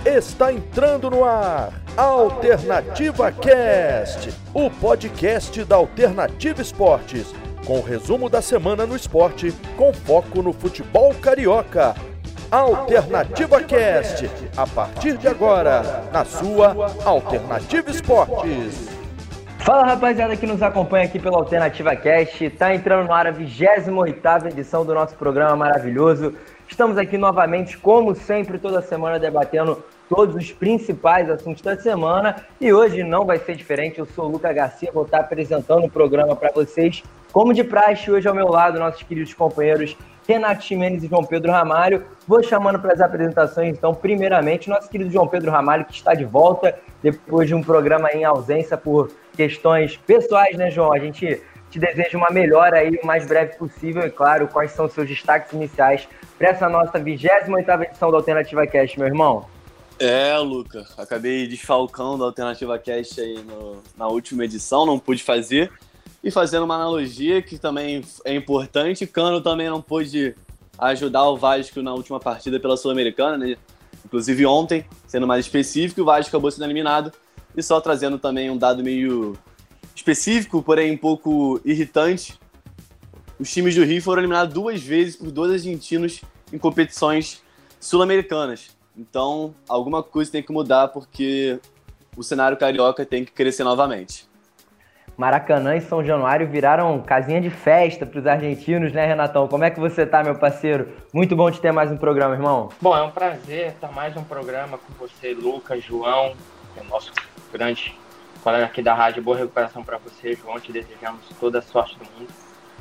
Está entrando no ar, Alternativa Cast, o podcast da Alternativa Esportes, com o resumo da semana no esporte, com foco no futebol carioca. Alternativa Cast, a partir de agora, na sua Alternativa Esportes. Fala, rapaziada que nos acompanha aqui pela Alternativa Cast. Tá entrando no ar a 28ª edição do nosso programa maravilhoso. Estamos aqui novamente, como sempre, toda semana debatendo todos os principais assuntos da semana. E hoje não vai ser diferente. Eu sou o Lucas Garcia, vou estar apresentando o programa para vocês. Como de praxe, hoje ao meu lado, nossos queridos companheiros Renato Ximenes e João Pedro Ramalho. Vou chamando para as apresentações, então, primeiramente, nosso querido João Pedro Ramalho, que está de volta depois de um programa em ausência por questões pessoais, né, João? A gente te deseja uma melhora aí o mais breve possível, e claro, quais são os seus destaques iniciais para essa nossa 28ª edição da Alternativa Cast, meu irmão? Luca, acabei desfalcando a Alternativa Cast aí na última edição, não pude fazer. E fazendo uma analogia que também é importante, Cano também não pôde ajudar o Vasco na última partida pela Sul-Americana, né? Inclusive ontem, sendo mais específico, o Vasco acabou sendo eliminado. E só trazendo também um dado meio específico, porém um pouco irritante, os times do Rio foram eliminados 2 vezes por 2 argentinos em competições sul-americanas. Então, alguma coisa tem que mudar porque o cenário carioca tem que crescer novamente. Maracanã e São Januário viraram casinha de festa para os argentinos, né, Renatão? Como é que você tá, meu parceiro? Muito bom te ter mais um programa, irmão. Bom, é um prazer estar mais um programa com você, Lucas, João, que é o nosso grande colega aqui da rádio. Boa recuperação para você, João. Te desejamos toda a sorte do mundo.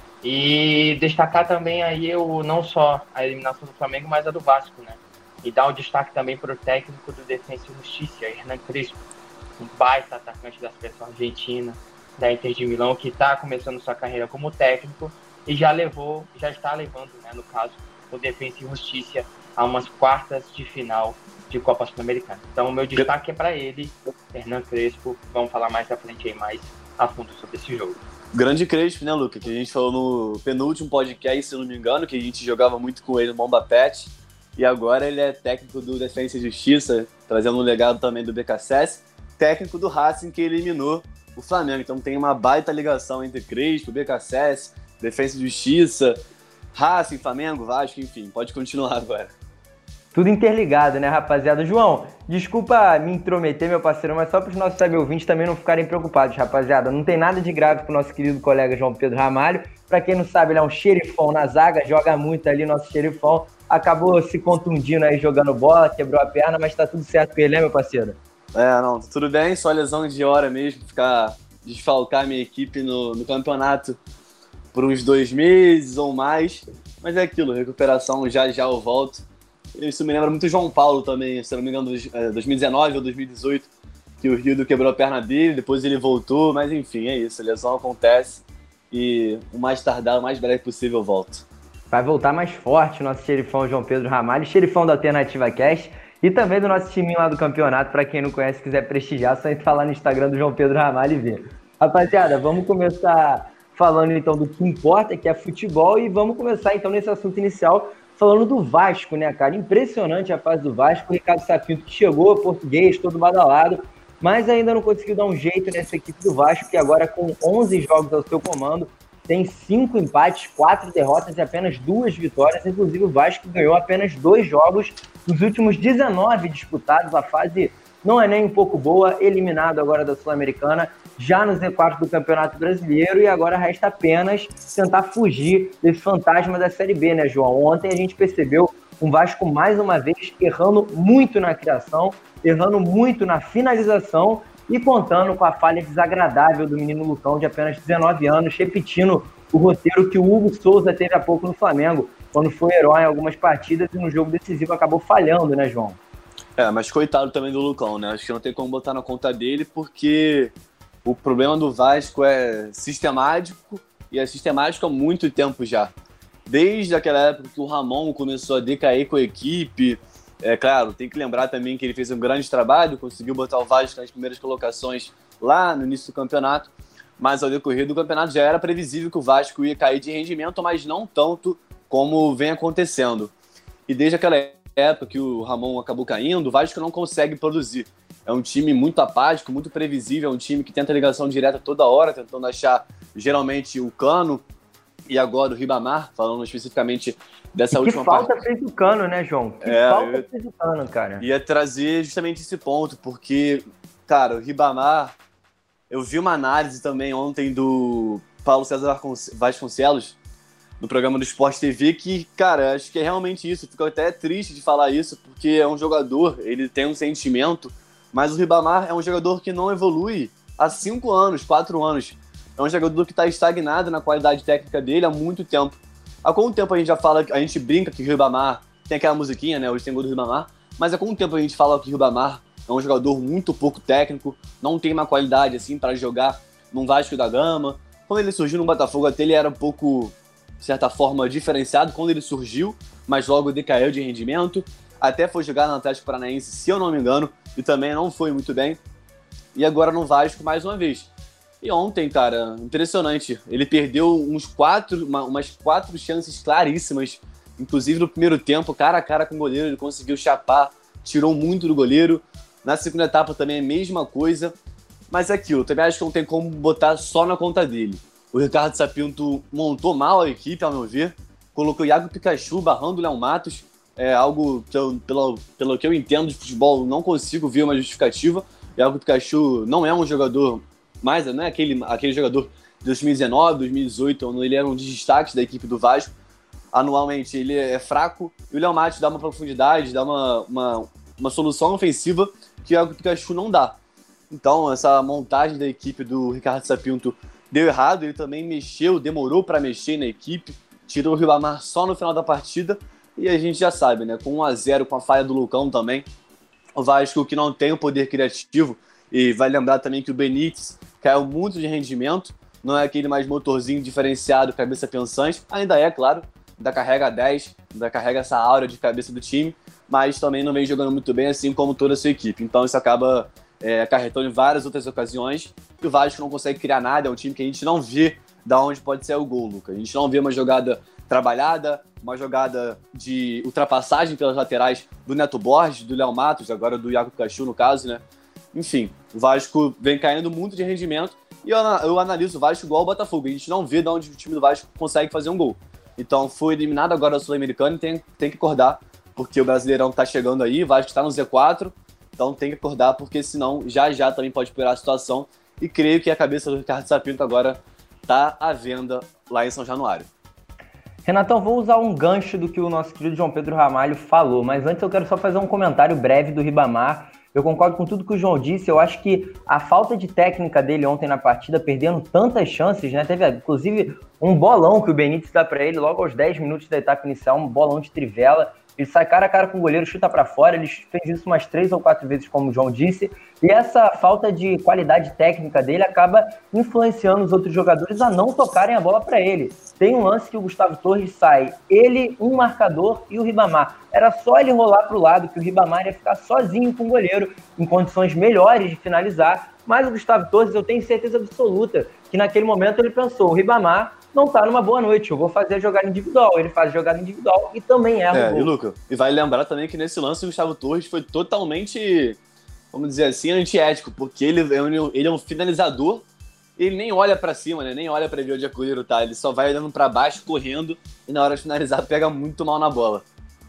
E destacar também aí não só a eliminação do Flamengo, mas a do Vasco, né? E dar o destaque também para o técnico do Defensa e Justiça, Hernan Crespo, um baita atacante da seleção argentina, da Inter de Milão, que está começando sua carreira como técnico e já está levando, né, no caso, o Defensa e Justiça a umas quartas de final de Copa Sul-Americana. Então, o meu destaque é para ele, Hernan Crespo. Vamos falar mais à frente aí, mais a fundo sobre esse jogo. Grande Crespo, né, Luca? Que a gente falou no penúltimo podcast, se eu não me engano, que a gente jogava muito com ele no Bomba Pet. E agora ele é técnico do Defensa e Justiça, trazendo um legado também do BKSS, técnico do Racing, que eliminou o Flamengo. Então tem uma baita ligação entre Crespo, BKSS, Defensa e Justiça, Racing, Flamengo, Vasco, enfim, pode continuar agora. Tudo interligado, né, rapaziada? João, desculpa me intrometer, meu parceiro, mas só para os nossos ouvintes também não ficarem preocupados, rapaziada. Não tem nada de grave pro nosso querido colega João Pedro Ramalho. Para quem não sabe, ele é um xerifão na zaga, joga muito ali, nosso xerifão. Acabou se contundindo aí jogando bola, quebrou a perna, mas tá tudo certo com ele, né, meu parceiro? Não, tá tudo bem, só lesão de hora mesmo, desfalcar minha equipe no campeonato por uns 2 meses ou mais, mas é aquilo, recuperação já eu volto. Isso me lembra muito João Paulo também, se não me engano, 2019 ou 2018, que o Rildo quebrou a perna dele, depois ele voltou, mas enfim, é isso, a lesão acontece e o mais tardar, o mais breve possível eu volto. Vai voltar mais forte o nosso xerifão João Pedro Ramalho, xerifão da Alternativa Cast, e também do nosso timinho lá do campeonato. Para quem não conhece, quiser prestigiar, só entra lá no Instagram do João Pedro Ramalho e ver. Rapaziada, vamos começar falando então do que importa, que é futebol, e vamos começar então nesse assunto inicial falando do Vasco, né, cara? Impressionante a fase do Vasco. O Ricardo Sapinto que chegou, português, todo badalado, mas ainda não conseguiu dar um jeito nessa equipe do Vasco, que agora com 11 jogos ao seu comando, tem 5 empates, 4 derrotas e apenas 2 vitórias. Inclusive o Vasco ganhou apenas 2 jogos nos últimos 19 disputados. A fase não é nem um pouco boa, eliminado agora da Sul-Americana, já no Z4 do Campeonato Brasileiro, e agora resta apenas tentar fugir desse fantasma da Série B, né, João? Ontem a gente percebeu um Vasco mais uma vez errando muito na criação, errando muito na finalização e contando com a falha desagradável do menino Lucão, de apenas 19 anos, repetindo o roteiro que o Hugo Souza teve há pouco no Flamengo, quando foi herói em algumas partidas e no jogo decisivo acabou falhando, né, João? Mas coitado também do Lucão, né? Acho que não tem como botar na conta dele, porque o problema do Vasco é sistemático, e é sistemático há muito tempo já. Desde aquela época que o Ramon começou a decair com a equipe. Claro, tem que lembrar também que ele fez um grande trabalho, conseguiu botar o Vasco nas primeiras colocações lá no início do campeonato, mas ao decorrer do campeonato já era previsível que o Vasco ia cair de rendimento, mas não tanto como vem acontecendo. E desde aquela época que o Ramon acabou caindo, o Vasco não consegue produzir. É um time muito apático, muito previsível, é um time que tenta ligação direta toda hora, tentando achar geralmente o Cano e agora o Ribamar, falando especificamente dessa última parte. Que falta fez o Cano, né, João? Fez o Cano, cara. Ia trazer justamente esse ponto, porque, cara, o Ribamar, eu vi uma análise também ontem do Paulo César Vasconcelos, no programa do Sport TV, que, cara, acho que é realmente isso. Fico até triste de falar isso, porque é um jogador, ele tem um sentimento, mas o Ribamar é um jogador que não evolui há 5 anos, 4 anos. É um jogador que está estagnado na qualidade técnica dele há muito tempo. Há quanto tempo a gente já fala, a gente brinca que o Ribamar tem aquela musiquinha, né, hoje tem gol do Ribamar, mas há quanto tempo a gente fala que o Ribamar é um jogador muito pouco técnico, não tem uma qualidade assim para jogar num Vasco da Gama. Quando ele surgiu no Botafogo, até ele era um pouco, de certa forma, diferenciado quando ele surgiu, mas logo decaiu de rendimento. Até foi jogar no Atlético Paranaense, se eu não me engano, e também não foi muito bem. E agora no Vasco mais uma vez. E ontem, cara, impressionante. Ele perdeu umas 4 chances claríssimas, inclusive no primeiro tempo, cara a cara com o goleiro, ele conseguiu chapar, tirou muito do goleiro. Na segunda etapa também é a mesma coisa. Mas é aquilo, também acho que não tem como botar só na conta dele. O Ricardo Sapinto montou mal a equipe, ao meu ver. Colocou o Iago Pikachu barrando o Léo Matos. É algo que eu, pelo que eu entendo de futebol, não consigo ver uma justificativa. O Iago Pikachu não é um jogador mais, não é aquele jogador de 2019, 2018, onde ele era um dos destaques da equipe do Vasco. Anualmente ele é fraco. E o Léo Matos dá uma profundidade, dá uma solução ofensiva que o Iago Pikachu não dá. Então, essa montagem da equipe do Ricardo Sapinto deu errado. Ele também demorou para mexer na equipe, tirou o Ribamar só no final da partida. E a gente já sabe, né? Com 1-0, com a falha do Lucão também, o Vasco que não tem o poder criativo, e vai lembrar também que o Benítez caiu muito de rendimento, não é aquele mais motorzinho diferenciado, cabeça pensante, ainda é, claro, ainda carrega 10, ainda carrega essa aura de cabeça do time, mas também não vem jogando muito bem, assim como toda a sua equipe. Então isso acaba acarretando em várias outras ocasiões, e o Vasco não consegue criar nada, é um time que a gente não vê da onde pode ser o gol, Luca. A gente não vê uma jogada trabalhada, uma jogada de ultrapassagem pelas laterais do Neto Borges, do Léo Matos, agora do Iago Pikachu, no caso, né? Enfim, o Vasco vem caindo muito de rendimento e eu analiso o Vasco igual o Botafogo. A gente não vê de onde o time do Vasco consegue fazer um gol. Então, foi eliminado agora da Sul-Americana e tem que acordar, porque o Brasileirão tá chegando aí, o Vasco está no Z4, então tem que acordar, porque senão já também pode piorar a situação. E creio que a cabeça do Ricardo Sapinto agora tá à venda lá em São Januário. Renatão, vou usar um gancho do que o nosso querido João Pedro Ramalho falou, mas antes eu quero só fazer um comentário breve do Ribamar. Eu concordo com tudo que o João disse, eu acho que a falta de técnica dele ontem na partida, perdendo tantas chances, né? Teve, inclusive, um bolão que o Benítez dá para ele logo aos 10 minutos da etapa inicial, um bolão de trivela. Ele sai cara a cara com o goleiro, chuta para fora, ele fez isso umas 3 ou 4 vezes, como o João disse, e essa falta de qualidade técnica dele acaba influenciando os outros jogadores a não tocarem a bola para ele. Tem um lance que o Gustavo Torres sai, ele, um marcador e o Ribamar. Era só ele rolar para o lado, que o Ribamar ia ficar sozinho com o goleiro, em condições melhores de finalizar, mas o Gustavo Torres, eu tenho certeza absoluta que naquele momento ele pensou, o Ribamar não tá numa boa noite, eu vou fazer a jogada individual. Ele faz a jogada individual e também erra o gol. E Luca, e vai lembrar também que nesse lance o Gustavo Torres foi totalmente, vamos dizer assim, antiético, porque ele é um finalizador, ele nem olha pra cima, né? Nem olha pra ver onde é que o goleiro tá, ele só vai olhando pra baixo, correndo, e na hora de finalizar pega muito mal na bola.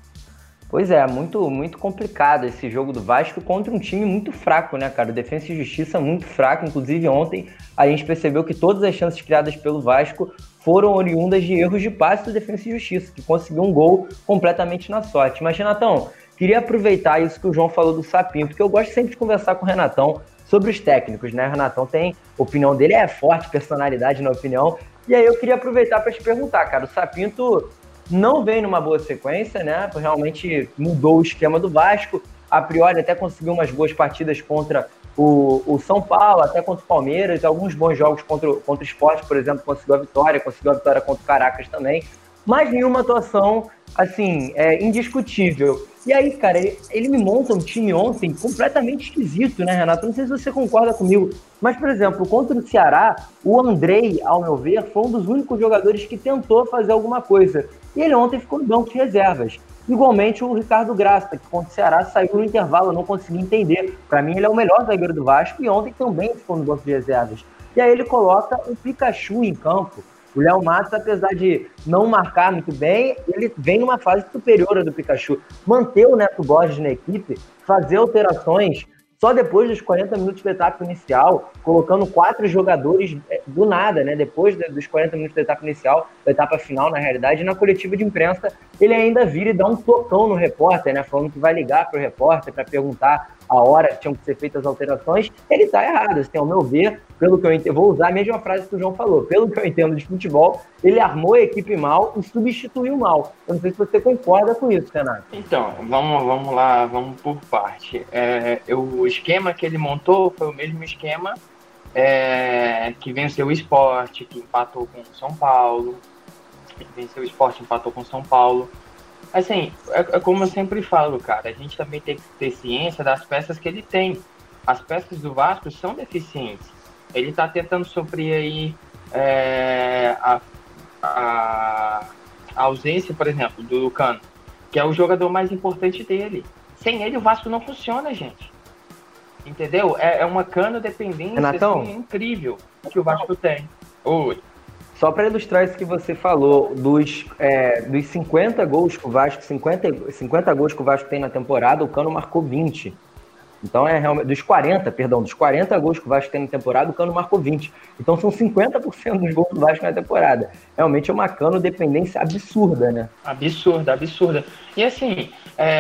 Pois é, muito, muito complicado esse jogo do Vasco contra um time muito fraco, né, cara? O Defensa e Justiça muito fraco, inclusive ontem a gente percebeu que todas as chances criadas pelo Vasco foram oriundas de erros de passe do Defensa e Justiça, que conseguiu um gol completamente na sorte. Mas, Renatão, queria aproveitar isso que o João falou do Sapinto, porque eu gosto sempre de conversar com o Renatão sobre os técnicos, né? O Renatão tem, a opinião dele é forte, personalidade na opinião, e aí eu queria aproveitar para te perguntar, cara, o Sapinto não vem numa boa sequência, né? Realmente mudou o esquema do Vasco. A priori até conseguiu umas boas partidas contra o São Paulo, até contra o Palmeiras, alguns bons jogos contra o Sport, por exemplo, conseguiu a vitória contra o Caracas também. mas nenhuma atuação, assim, indiscutível. E aí, cara, ele me monta um time ontem completamente esquisito, né, Renato? Não sei se você concorda comigo, mas, por exemplo, contra o Ceará, o Andrei, ao meu ver, foi um dos únicos jogadores que tentou fazer alguma coisa. E ele ontem ficou no banco de reservas. Igualmente o Ricardo Graça, que contra o Ceará saiu no intervalo, eu não consegui entender. Para mim, ele é o melhor zagueiro do Vasco e ontem também ficou no banco de reservas. E aí ele coloca o Pikachu em campo. O Léo Matos, apesar de não marcar muito bem, ele vem numa fase superior à do Pikachu. Manter o Neto Borges na equipe, fazer alterações só depois dos 40 minutos da etapa inicial, colocando 4 jogadores do nada, né? Depois dos 40 minutos da etapa inicial, da etapa final, na realidade, na coletiva de imprensa, ele ainda vira e dá um tocão no repórter, né? Falando que vai ligar para o repórter para perguntar a hora que tinham que ser feitas as alterações. Ele está errado, assim, ao meu ver, pelo que eu entendo, vou usar a mesma frase que o João falou, pelo que eu entendo de futebol, ele armou a equipe mal e substituiu mal. Eu não sei se você concorda com isso, Renato. Então, vamos lá, vamos por parte. O esquema que ele montou foi o mesmo esquema que venceu o Sport, que empatou com o São Paulo, Assim, é como eu sempre falo, cara, a gente também tem que ter ciência das peças que ele tem. As peças do Vasco são deficientes. Ele tá tentando suprir aí a ausência, por exemplo, do Lucano, que é o jogador mais importante dele. Sem ele, o Vasco não funciona, gente. Entendeu? É uma cano-dependência assim, incrível que o Vasco tem. Oi. Só para ilustrar isso que você falou, dos 50 gols que o Vasco, 50 gols que o Vasco tem na temporada, o Cano marcou 20. Então realmente, dos 40 gols que o Vasco tem na temporada, o Cano marcou 20. Então são 50% dos gols do Vasco na temporada. Realmente é uma Cano-dependência absurda, né? Absurda. E assim,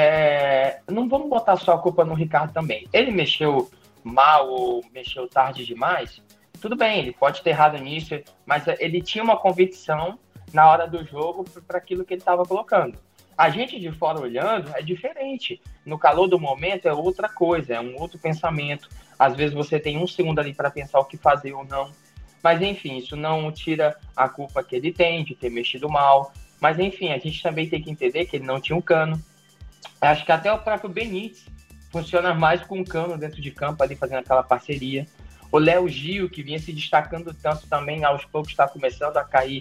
não vamos botar só a culpa no Ricardo também. Ele mexeu mal ou mexeu tarde demais? Tudo bem, ele pode ter errado nisso, mas ele tinha uma convicção na hora do jogo para aquilo que ele estava colocando. A gente de fora olhando é diferente. No calor do momento é outra coisa, é um outro pensamento. Às vezes você tem um segundo ali para pensar o que fazer ou não. Mas enfim, isso não tira a culpa que ele tem de ter mexido mal. Mas enfim, a gente também tem que entender que ele não tinha um Cano. Acho que até o próprio Benítez funciona mais com um Cano dentro de campo ali fazendo aquela parceria. O Léo Gil, que vinha se destacando tanto também, aos poucos está começando a cair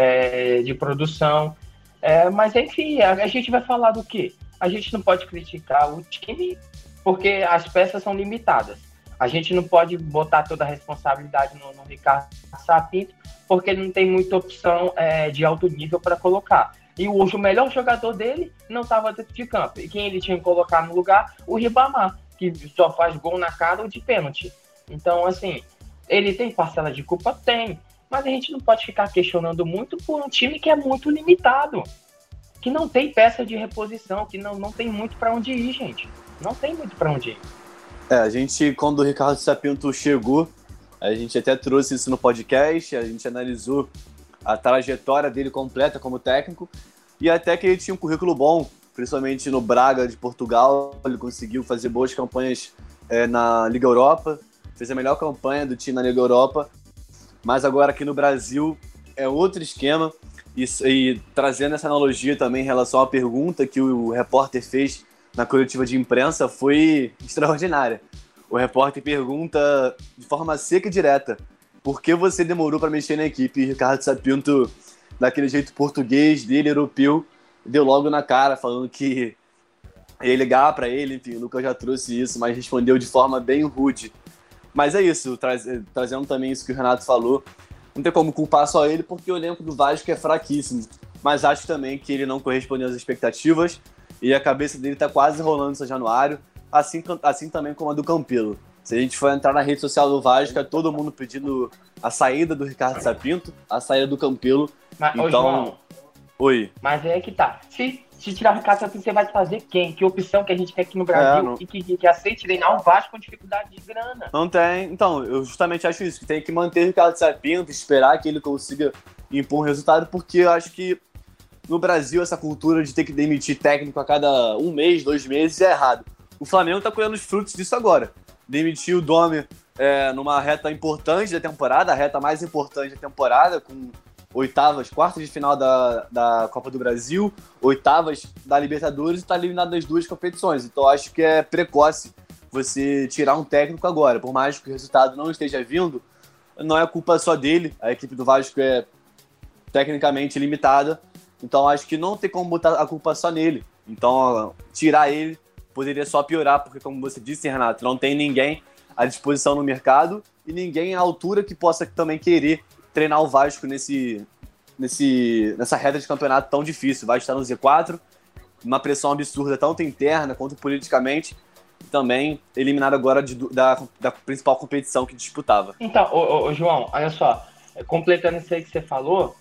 de produção. Mas, enfim, a gente vai falar do quê? A gente não pode criticar o time porque as peças são limitadas. A gente não pode botar toda a responsabilidade no Ricardo Sapinto porque ele não tem muita opção de alto nível para colocar. E hoje o melhor jogador dele não estava dentro de campo. E quem ele tinha que colocar no lugar? O Ribamar, que só faz gol na cara ou de pênalti. Então, assim, ele tem parcela de culpa? Tem. Mas a gente não pode ficar questionando muito por um time que é muito limitado. Que não tem peça de reposição, que não tem muito para onde ir, gente. Não tem muito para onde ir. A gente, quando o Ricardo Sapinto chegou, a gente até trouxe isso no podcast, a gente analisou a trajetória dele completa como técnico, e até que ele tinha um currículo bom, principalmente no Braga de Portugal, ele conseguiu fazer boas campanhas na Liga Europa, fez a melhor campanha do time na Liga Europa, mas agora aqui no Brasil é outro esquema, e trazendo essa analogia também em relação à pergunta que o repórter fez na coletiva de imprensa, foi extraordinária. O repórter pergunta de forma seca e direta: por que você demorou para mexer na equipe? E Ricardo Sapinto, daquele jeito português dele, europeu, deu logo na cara, falando que ia ligar para ele, enfim, o Lucas já trouxe isso, mas respondeu de forma bem rude. Mas é isso, trazendo também isso que o Renato falou, não tem como culpar só ele, porque o elenco do Vasco é fraquíssimo, mas acho também que ele não correspondeu às expectativas e a cabeça dele tá quase rolando em São Januário, assim também como a do Campelo. Se a gente for entrar na rede social do Vasco, é todo mundo pedindo a saída do Ricardo Sapinto, a saída do Campelo. Mas, então, João, oi. Mas é que tá. Se tirar o Ricardo Sapinto, você vai fazer quem? Que opção que a gente tem aqui no Brasil e que aceite treinar um Vasco com dificuldade de grana? Não tem. Então, eu justamente acho isso, que tem que manter o Ricardo Sapinto, esperar que ele consiga impor um resultado, porque eu acho que no Brasil essa cultura de ter que demitir técnico a cada 1 mês, 2 meses é errado. O Flamengo tá colhendo os frutos disso agora. Demitiu o Domi numa reta importante da temporada, a reta mais importante da temporada, com oitavas, quartas de final da Copa do Brasil, oitavas da Libertadores e está eliminado das duas competições. Então acho que é precoce você tirar um técnico agora. Por mais que o resultado não esteja vindo, não é culpa só dele. A equipe do Vasco é tecnicamente limitada. Então acho que não tem como botar a culpa só nele. Então tirar ele poderia só piorar, porque como você disse, Renato, não tem ninguém à disposição no mercado e ninguém à altura que possa também querer treinar o Vasco nessa reta de campeonato tão difícil. Vai estar no Z4, uma pressão absurda, tanto interna quanto politicamente, e também eliminado agora da principal competição que disputava. Então, João, olha só, completando isso aí que você falou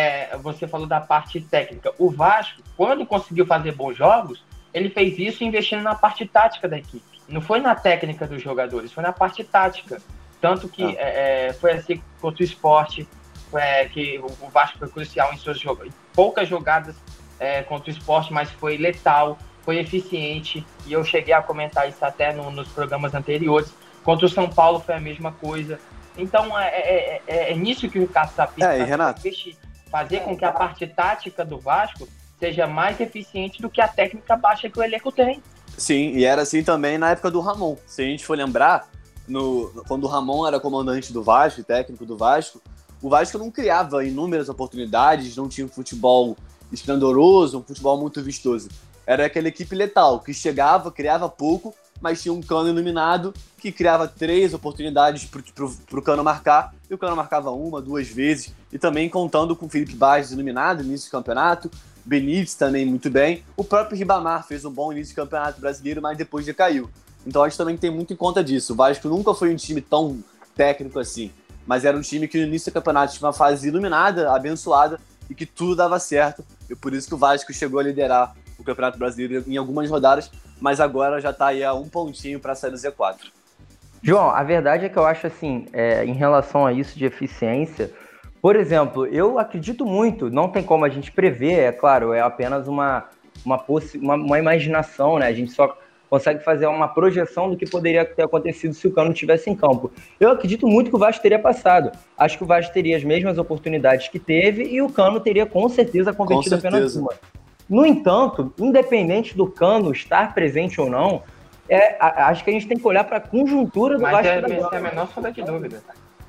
da parte técnica. O Vasco, quando conseguiu fazer bons jogos, ele fez isso investindo na parte tática da equipe. Não foi na técnica dos jogadores, foi na parte tática. Tanto que foi assim contra o Sport, que o Vasco foi crucial em suas poucas jogadas contra o Sport, mas foi letal, foi eficiente, e eu cheguei a comentar isso até nos programas anteriores. Contra o São Paulo foi a mesma coisa. Então é nisso que o Ricardo Sapinto fazer com que a parte tática do Vasco seja mais eficiente do que a técnica baixa que o elenco tem. Sim, e era assim também na época do Ramon. Se a gente for lembrar, quando o Ramon era comandante do Vasco, técnico do Vasco, o Vasco não criava inúmeras oportunidades, não tinha um futebol esplendoroso, um futebol muito vistoso. Era aquela equipe letal, que chegava, criava pouco, mas tinha um Cano iluminado que criava 3 oportunidades pro Cano marcar, e o Cano marcava 1, 2 vezes, e também contando com o Felipe Baixos iluminado no início do campeonato, Benítez também muito bem, o próprio Ribamar fez um bom início do campeonato brasileiro, mas depois decaiu. Então acho que também tem muito em conta disso. O Vasco nunca foi um time tão técnico assim, mas era um time que no início do campeonato tinha uma fase iluminada, abençoada, e que tudo dava certo, e por isso que o Vasco chegou a liderar o Campeonato Brasileiro em algumas rodadas, mas agora já está aí a um pontinho para sair do Z4. João, a verdade é que eu acho assim, em relação a isso de eficiência, por exemplo, eu acredito muito, não tem como a gente prever, é claro, é apenas uma imaginação, né? A gente só consegue fazer uma projeção do que poderia ter acontecido se o Cano estivesse em campo. Eu acredito muito que o Vasco teria passado. Acho que o Vasco teria as mesmas oportunidades que teve e o Cano teria com certeza convertido apenas uma. No entanto, independente do Cano estar presente ou não, acho que a gente tem que olhar para a conjuntura do Vasco da Gama. Mas é a menor sombra de dúvida.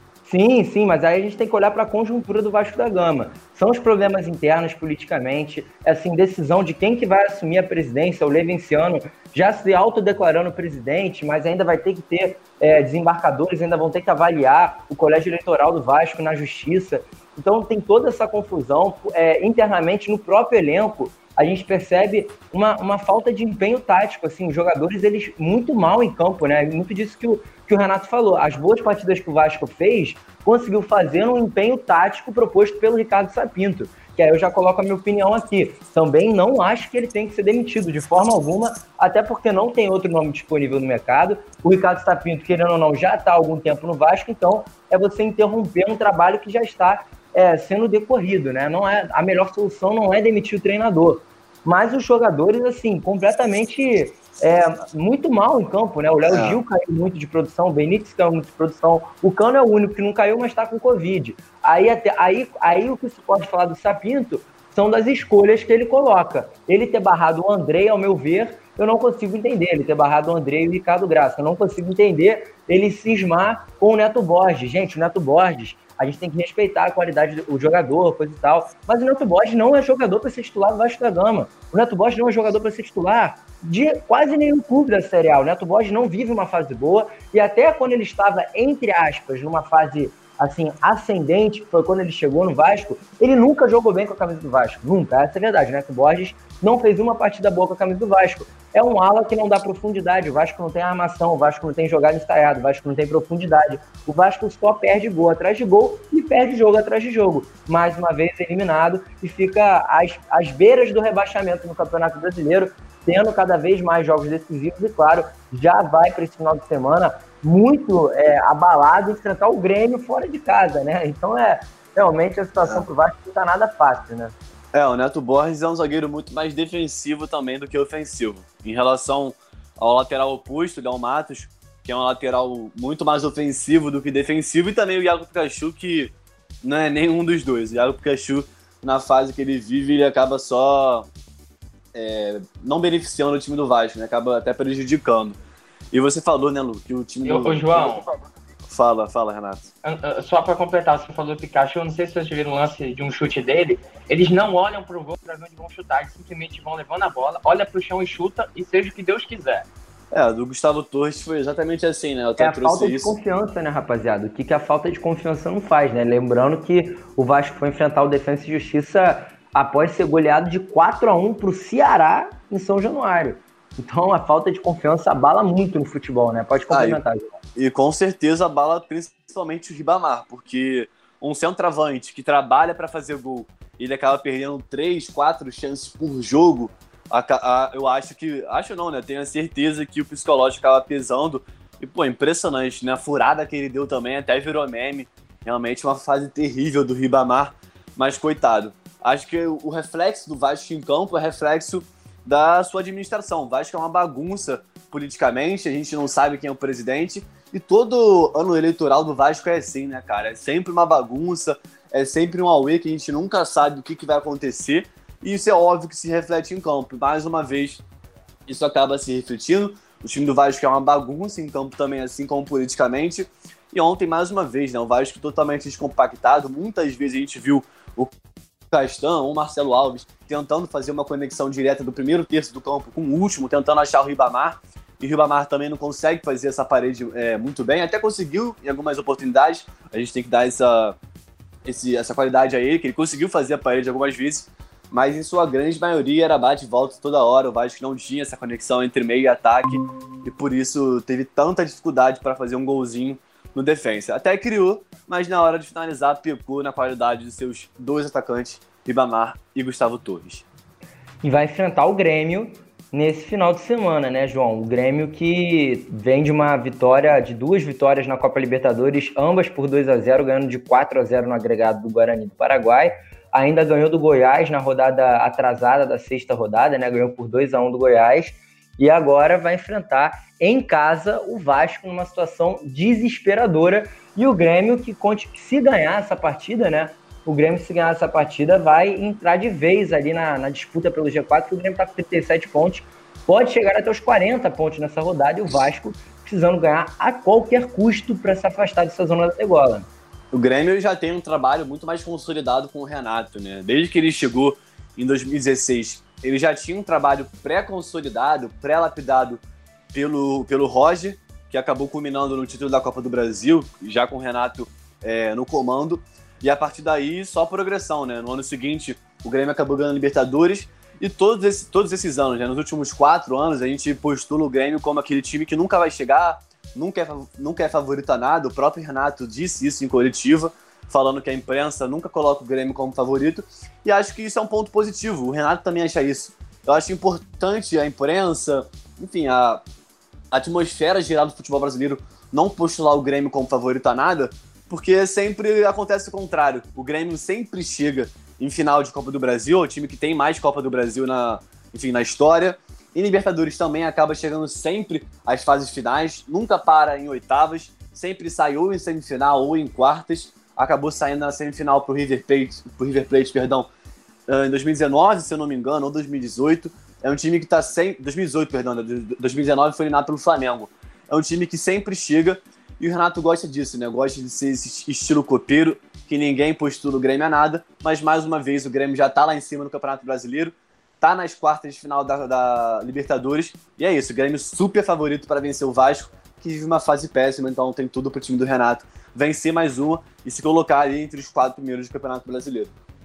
Sim, mas aí a gente tem que olhar para a conjuntura do Vasco da Gama. São os problemas internos politicamente, assim, decisão de quem que vai assumir a presidência. O Levinciano já se autodeclarando presidente, mas ainda vai ter que ter desembarcadores, ainda vão ter que avaliar o colégio eleitoral do Vasco na justiça. Então tem toda essa confusão internamente no próprio elenco. A gente percebe uma falta de empenho tático, assim, os jogadores, eles muito mal em campo, né? Muito disso que o Renato falou. As boas partidas que o Vasco fez, conseguiu fazer um empenho tático proposto pelo Ricardo Sapinto, que aí eu já coloco a minha opinião aqui. Também não acho que ele tem que ser demitido de forma alguma, até porque não tem outro nome disponível no mercado. O Ricardo Sapinto, querendo ou não, já está há algum tempo no Vasco, então é você interromper um trabalho que já está sendo decorrido, né? A melhor solução não é demitir o treinador. Mas os jogadores, assim, completamente muito mal em campo, né? O Léo Gil caiu muito de produção, o Benítez caiu muito de produção, o Cano é o único que não caiu, mas está com Covid. Aí o que se pode falar do Sapinto são das escolhas que ele coloca. Ele ter barrado o Andrei, ao meu ver, eu não consigo entender. Ele ter barrado o Andrei e o Ricardo Graça. Eu não consigo entender ele cismar com o Neto Borges. Gente, o Neto Borges, a gente tem que respeitar a qualidade do jogador, coisa e tal. Mas o Neto Borges não é jogador para ser titular do Vasco da Gama. O Neto Borges não é jogador para ser titular de quase nenhum clube da Série A. O Neto Borges não vive uma fase boa. E até quando ele estava, entre aspas, numa fase assim, ascendente, que foi quando ele chegou no Vasco, ele nunca jogou bem com a camisa do Vasco. Nunca, essa é a verdade. O Neto Borges não fez uma partida boa com a camisa do Vasco. É um ala que não dá profundidade. O Vasco não tem armação, o Vasco não tem jogada ensaiada, o Vasco não tem profundidade. O Vasco só perde gol atrás de gol e perde jogo atrás de jogo. Mais uma vez eliminado e fica às beiras do rebaixamento no Campeonato Brasileiro, tendo cada vez mais jogos decisivos e, claro, já vai para esse final de semana muito abalado enfrentar o Grêmio fora de casa, né? Então, realmente a situação pro Vasco não tá nada fácil, né? O Neto Borges é um zagueiro muito mais defensivo também do que ofensivo. Em relação ao lateral oposto, o Léo Matos, que é um lateral muito mais ofensivo do que defensivo, e também o Iago Pikachu, que não é nenhum dos dois. O Iago Pikachu, na fase que ele vive, ele acaba só não beneficiando o time do Vasco, né? Acaba até prejudicando. E você falou, né, Lu, que o time do... Ô, João... Fala, Renato. Só para completar, você falou do Pikachu, eu não sei se vocês viram o lance de um chute dele, eles não olham pro gol para onde vão chutar, eles simplesmente vão levando a bola, olha pro chão e chuta, e seja o que Deus quiser. Do Gustavo Torres foi exatamente assim, né? Eu a falta de confiança, né, rapaziada? O que a falta de confiança não faz, né? Lembrando que o Vasco foi enfrentar o Defensa e Justiça após ser goleado de 4-1 pro Ceará em São Januário. Então a falta de confiança abala muito no futebol, né? Pode complementar. E com certeza abala principalmente o Ribamar, porque um centroavante que trabalha para fazer gol, ele acaba perdendo 3, 4 chances por jogo. Eu acho não, né? Tenho a certeza que o psicológico acaba pesando. E, pô, impressionante, né? A furada que ele deu também até virou meme. Realmente uma fase terrível do Ribamar, mas coitado. Acho que o reflexo do Vasco em campo é reflexo da sua administração. O Vasco é uma bagunça politicamente, a gente não sabe quem é o presidente, e todo ano eleitoral do Vasco é assim, né, cara? É sempre uma bagunça, é sempre um auê que a gente nunca sabe o que vai acontecer, e isso é óbvio que se reflete em campo. Mais uma vez, isso acaba se refletindo. O time do Vasco é uma bagunça em campo também, assim como politicamente. E ontem, mais uma vez, né, o Vasco totalmente descompactado. Muitas vezes a gente viu o Castan ou o Marcelo Alves tentando fazer uma conexão direta do primeiro terço do campo com o último, tentando achar o Ribamar, e o Ribamar também não consegue fazer essa parede muito bem, até conseguiu em algumas oportunidades, a gente tem que dar essa qualidade a ele, que ele conseguiu fazer a parede algumas vezes, mas em sua grande maioria era bate e volta toda hora. O Vasco não tinha essa conexão entre meio e ataque, e por isso teve tanta dificuldade para fazer um golzinho no defensa. Até criou, mas na hora de finalizar pecou na qualidade de seus dois atacantes, Ribamar e Gustavo Torres. E vai enfrentar o Grêmio nesse final de semana, né, João? O Grêmio que vem de duas vitórias na Copa Libertadores, ambas por 2-0, ganhando de 4-0 no agregado do Guarani do Paraguai. Ainda ganhou do Goiás na rodada atrasada da sexta rodada, né? Ganhou por 2-1 do Goiás. E agora vai enfrentar em casa o Vasco numa situação desesperadora. E o Grêmio que se ganhar essa partida, né? O Grêmio, se ganhar essa partida, vai entrar de vez ali na disputa pelo G4, que o Grêmio está com 37 pontos. Pode chegar até os 40 pontos nessa rodada, e o Vasco precisando ganhar a qualquer custo para se afastar dessa zona da degola. O Grêmio já tem um trabalho muito mais consolidado com o Renato, né? Desde que ele chegou em 2016, ele já tinha um trabalho pré-consolidado, pré-lapidado pelo Roger, que acabou culminando no título da Copa do Brasil, já com o Renato no comando. E a partir daí, só progressão, né? No ano seguinte, o Grêmio acabou ganhando Libertadores. E todos esses anos, né? Nos últimos 4 anos, a gente postula o Grêmio como aquele time que nunca vai chegar, nunca é favorito a nada. O próprio Renato disse isso em coletiva, falando que a imprensa nunca coloca o Grêmio como favorito. E acho que isso é um ponto positivo. O Renato também acha isso. Eu acho importante a imprensa, enfim, a atmosfera geral do futebol brasileiro não postular o Grêmio como favorito a nada, porque sempre acontece o contrário. O Grêmio sempre chega em final de Copa do Brasil, é o time que tem mais Copa do Brasil na história. Em Libertadores também acaba chegando sempre às fases finais, nunca para em oitavas, sempre sai ou em semifinal ou em quartas. Acabou saindo na semifinal pro River Plate, em 2019, se eu não me engano, ou 2018. É um time que está sempre... 2018, perdão, 2019 foi eliminado pelo Flamengo. É um time que sempre chega. E o Renato gosta disso, né? Gosta de ser esse estilo copeiro, que ninguém postula o Grêmio a nada, mas mais uma vez o Grêmio já tá lá em cima no Campeonato Brasileiro, tá nas quartas de final da Libertadores, e é isso, o Grêmio super favorito para vencer o Vasco, que vive uma fase péssima, então tem tudo pro time do Renato vencer mais uma e se colocar ali entre os 4 primeiros do Campeonato Brasileiro.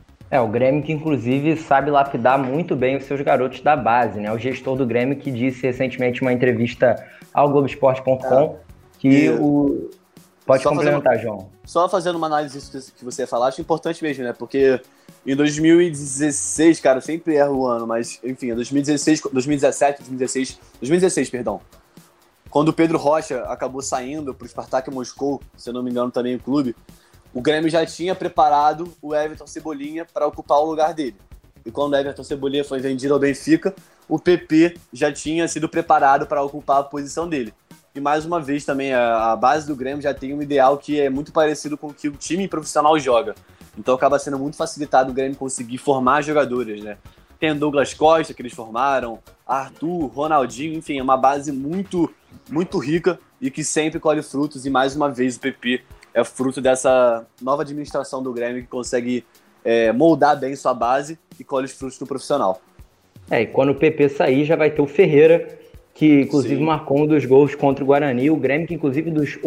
O Grêmio que inclusive sabe lapidar muito bem os seus garotos da base, né? O gestor do Grêmio que disse recentemente em uma entrevista ao Globoesporte.com que Pode complementar, João. Só fazendo uma análise disso que você ia falar, acho importante mesmo, né? Porque em 2016, cara, eu sempre erro o ano, mas enfim, 2016, perdão. Quando o Pedro Rocha acabou saindo pro Spartak Moscou, se eu não me engano também o clube, o Grêmio já tinha preparado o Everton Cebolinha para ocupar o lugar dele. E quando o Everton Cebolinha foi vendido ao Benfica, o PP já tinha sido preparado para ocupar a posição dele. E mais uma vez também a base do Grêmio já tem um ideal que é muito parecido com o que o time profissional joga. Então acaba sendo muito facilitado o Grêmio conseguir formar jogadores, né? Tem o Douglas Costa, que eles formaram, Arthur, Ronaldinho, enfim, é uma base muito, muito rica e que sempre colhe frutos. E mais uma vez o PP é fruto dessa nova administração do Grêmio que consegue moldar bem sua base e colhe os frutos do profissional. E quando o PP sair, já vai ter o Ferreira, que inclusive marcou um dos gols contra o Guarani. O Grêmio, que inclusive dos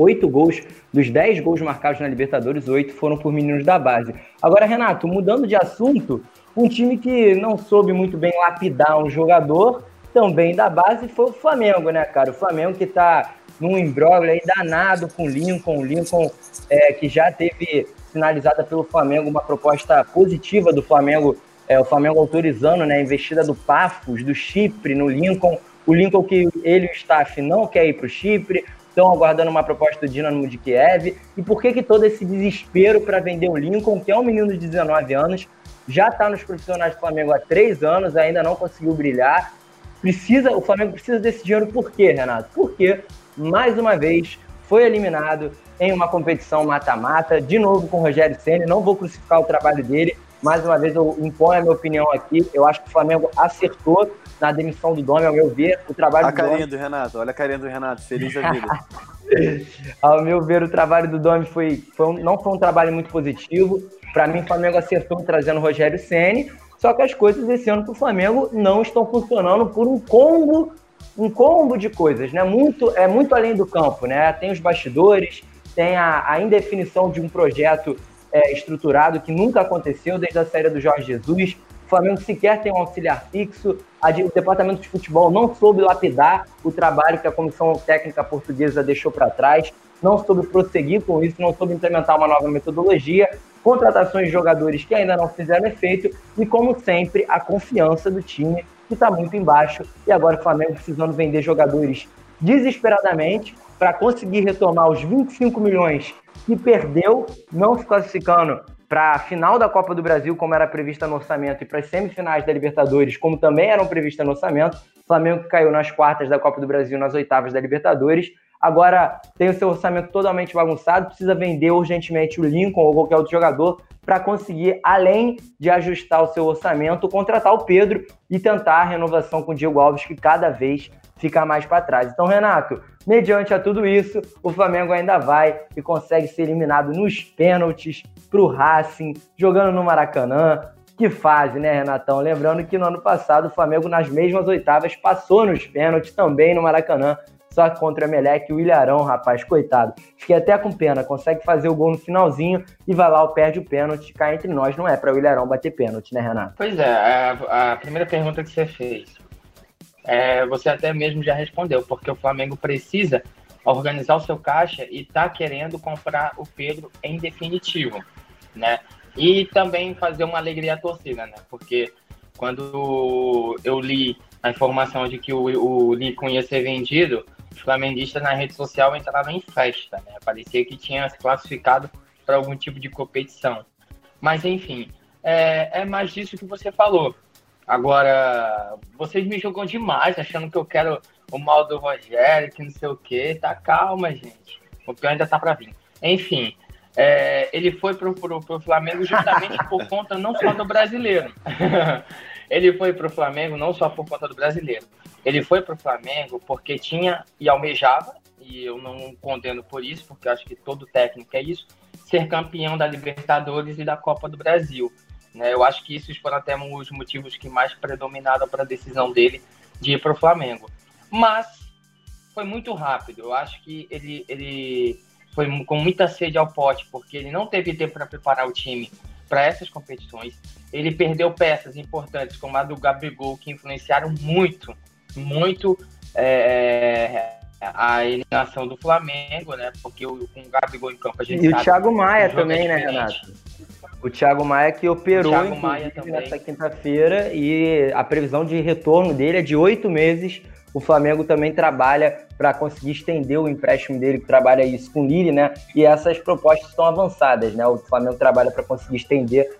10 gols marcados na Libertadores, 8 foram por meninos da base. Agora, Renato, mudando de assunto, um time que não soube muito bem lapidar um jogador, também da base, foi o Flamengo, né, cara? O Flamengo que tá num imbróglio aí danado com o Lincoln. O Lincoln, que já teve sinalizada pelo Flamengo uma proposta positiva do Flamengo, o Flamengo autorizando, né, a investida do Paphos, do Chipre, no Lincoln. O Lincoln que ele e o staff não quer ir para o Chipre, estão aguardando uma proposta do Dinamo de Kiev. E por que todo esse desespero para vender o Lincoln, que é um menino de 19 anos, já está nos profissionais do Flamengo há 3 anos, ainda não conseguiu brilhar? O Flamengo precisa desse dinheiro por quê, Renato? Porque, mais uma vez, foi eliminado em uma competição mata-mata, de novo com o Rogério Ceni. Não vou crucificar o trabalho dele, mais uma vez eu imponho a minha opinião aqui. Eu acho que o Flamengo acertou na demissão do Domi, ao meu ver, o trabalho do Domi... Olha a carinha do Renato, feliz da vida. Ao meu ver, o trabalho do Domi não foi um trabalho muito positivo. Para mim, o Flamengo acertou trazendo o Rogério Ceni, só que as coisas esse ano para o Flamengo não estão funcionando por um combo de coisas, né? Muito além do campo, né? Tem os bastidores, tem a indefinição de um projeto estruturado que nunca aconteceu desde a saída do Jorge Jesus. O Flamengo sequer tem um auxiliar fixo, o departamento de futebol não soube lapidar o trabalho que a comissão técnica portuguesa deixou para trás, não soube prosseguir com isso, não soube implementar uma nova metodologia, contratações de jogadores que ainda não fizeram efeito e, como sempre, a confiança do time que está muito embaixo. E agora o Flamengo precisando vender jogadores desesperadamente para conseguir retomar os 25 milhões que perdeu, não se classificando para a final da Copa do Brasil, como era prevista no orçamento, e para as semifinais da Libertadores, como também eram previstas no orçamento. O Flamengo que caiu nas quartas da Copa do Brasil, nas oitavas da Libertadores. Agora tem o seu orçamento totalmente bagunçado, precisa vender urgentemente o Lincoln ou qualquer outro jogador para conseguir, além de ajustar o seu orçamento, contratar o Pedro e tentar a renovação com o Diego Alves, que cada vez fica mais para trás. Então, Renato, mediante a tudo isso, o Flamengo ainda vai e consegue ser eliminado nos pênaltis para o Racing, jogando no Maracanã. Que fase, né, Renatão? Lembrando que no ano passado o Flamengo, nas mesmas oitavas, passou nos pênaltis também no Maracanã, só que contra o Emelec e o Ilharão, rapaz, coitado. Fiquei até com pena, consegue fazer o gol no finalzinho e vai lá, perde o pênalti. Cá entre nós, não é para o Ilharão bater pênalti, né, Renato? Pois é, a primeira pergunta que você fez, você até mesmo já respondeu, porque o Flamengo precisa organizar o seu caixa e tá querendo comprar o Pedro em definitivo, né? E também fazer uma alegria à torcida, né? Porque quando eu li a informação de que o Lincoln ia ser vendido, os flamenguistas na rede social entravam em festa, né? Parecia que tinha se classificado para algum tipo de competição. Mas, enfim, é mais disso que você falou. Agora, vocês me julgam demais, achando que eu quero o mal do Rogério, que não sei o quê. Tá, calma, gente. O pior ainda tá para vir. Enfim, ele foi pro Flamengo justamente por conta não só do brasileiro. Ele foi pro Flamengo não só por conta do brasileiro. Ele foi pro Flamengo porque tinha e almejava, e eu não condeno por isso, porque eu acho que todo técnico é isso, ser campeão da Libertadores e da Copa do Brasil. Né? Eu acho que esses foram até os motivos que mais predominaram para a decisão dele de ir pro Flamengo. Mas foi muito rápido. Eu acho que ele foi com muita sede ao pote, porque ele não teve tempo para preparar o time para essas competições. Ele perdeu peças importantes, como a do Gabigol, que influenciaram muito a eliminação do Flamengo, né? Porque com o Gabigol em campo a gente sabe... E o Thiago Maia também, né, Renato? O Thiago Maia que operou nessa quinta-feira, e a previsão de retorno dele é de 8 meses. O Flamengo também trabalha para conseguir estender o empréstimo dele, que trabalha isso com o Lille, né? E essas propostas estão avançadas, né? O Flamengo trabalha para conseguir estender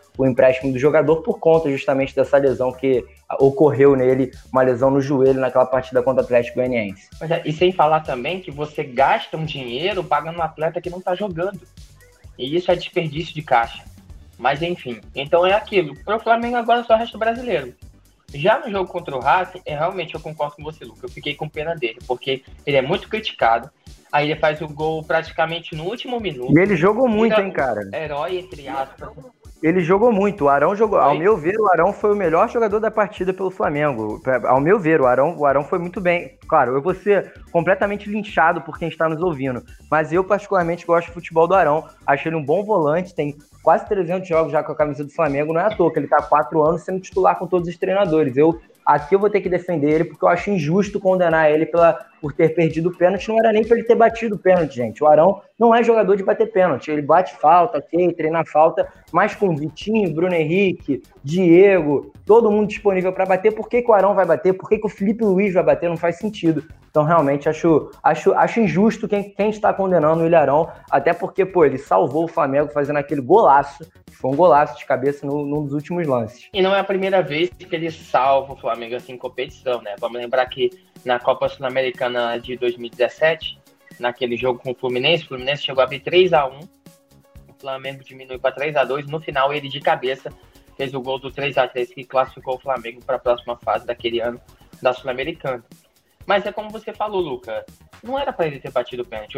o empréstimo do jogador por conta justamente dessa lesão que ocorreu nele, uma lesão no joelho naquela partida contra o Atlético Goianiense. E sem falar também que você gasta um dinheiro pagando um atleta que não está jogando. E isso é desperdício de caixa. Mas enfim, então é aquilo. Para o Flamengo agora só resta o brasileiro. Já no jogo contra o Racing, realmente eu concordo com você, Luca. Eu fiquei com pena dele, porque ele é muito criticado. Aí ele faz o gol praticamente no último minuto. E ele jogou muito, hein, cara? Herói, entre aspas. Ele jogou muito. O Arão jogou. Ao meu ver, o Arão foi o melhor jogador da partida pelo Flamengo. Ao meu ver, o Arão foi muito bem. Claro, eu vou ser completamente linchado por quem está nos ouvindo. Mas eu, particularmente, gosto do futebol do Arão. Acho ele um bom volante. Tem quase 300 jogos já com a camisa do Flamengo. Não é à toa que ele está há 4 anos sendo titular com todos os treinadores. Aqui eu vou ter que defender ele, porque eu acho injusto condenar ele por ter perdido o pênalti. Não era nem para ele ter batido o pênalti, gente. O Arão não é jogador de bater pênalti. Ele bate falta, ok, treina falta, mas com Vitinho, Bruno Henrique, Diego, todo mundo disponível para bater. Por que o Arão vai bater? Por que o Felipe Luiz vai bater? Não faz sentido. Então, realmente, acho injusto quem está condenando o Ilharão, até porque, ele salvou o Flamengo fazendo aquele golaço. Foi um golaço de cabeça num dos últimos lances. E não é a primeira vez que ele salva o Flamengo assim, em competição, né? Vamos lembrar que na Copa Sul-Americana de 2017, naquele jogo com o Fluminense chegou a abrir 3-1, o Flamengo diminuiu para 3-2, no final ele de cabeça fez o gol do 3-3 que classificou o Flamengo para a próxima fase daquele ano da Sul-Americana. Mas é como você falou, Luca, não era para ele ter batido o pênalti.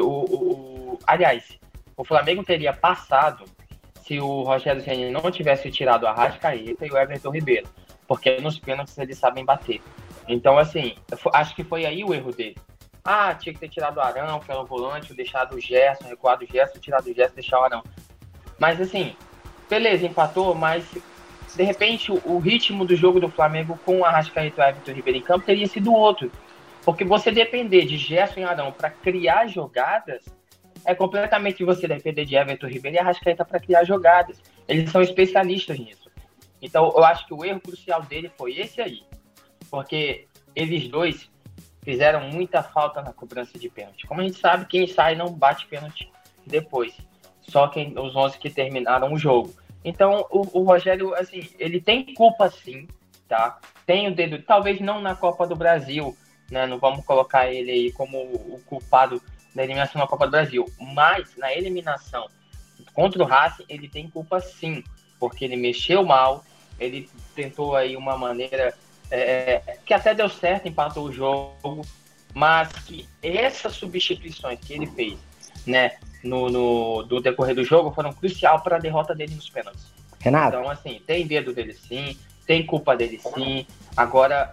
Aliás, o Flamengo teria passado se o Rogério Ceni não tivesse tirado o Arrascaeta e o Everton Ribeiro, porque nos pênaltis eles sabem bater. Então, assim, acho que foi aí o erro dele. Tinha que ter tirado o Arão, que era o volante, deixado o Gerson, recuado o Gerson, tirado o Gerson, deixar o Arão. Mas, assim, beleza, empatou, mas, de repente, o ritmo do jogo do Flamengo com o Arrascaeta e o Everton Ribeiro em campo teria sido outro. Porque você depender de Gerson e Arão para criar jogadas é completamente você depender de Everton Ribeiro e Arrascaeta para criar jogadas. Eles são especialistas nisso. Então, eu acho que o erro crucial dele foi esse aí. Porque eles dois fizeram muita falta na cobrança de pênalti. Como a gente sabe, quem sai não bate pênalti depois. Só os 11 que terminaram o jogo. Então, o Rogério, assim, ele tem culpa sim, tá? Tem o dedo, talvez não na Copa do Brasil, né? Não vamos colocar ele aí como o culpado da eliminação na Copa do Brasil. Mas, na eliminação contra o Racing, ele tem culpa sim. Porque ele mexeu mal, ele tentou aí uma maneira que até deu certo, empatou o jogo, mas que essas substituições que ele fez, né, no decorrer do jogo foram crucial para a derrota dele nos pênaltis. Renato? Então, assim, tem dedo dele sim, tem culpa dele sim. Agora,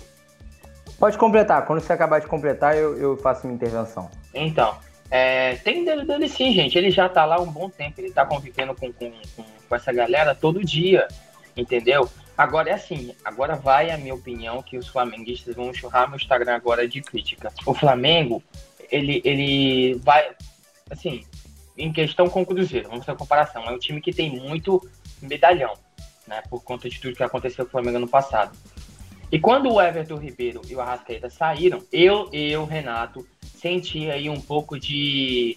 pode completar. Quando você acabar de completar, eu faço minha intervenção. Então, tem dedo dele sim, gente. Ele já tá lá há um bom tempo. Ele tá convivendo com essa galera todo dia, entendeu? Agora é assim, agora vai a minha opinião que os flamenguistas vão enxurrar meu Instagram agora de crítica. O Flamengo, ele vai, assim, em questão com o Cruzeiro, vamos fazer a comparação, é um time que tem muito medalhão, né, por conta de tudo que aconteceu com o Flamengo no passado. E quando o Everton Ribeiro e o Arrascaeta saíram, eu Renato, senti aí um pouco de,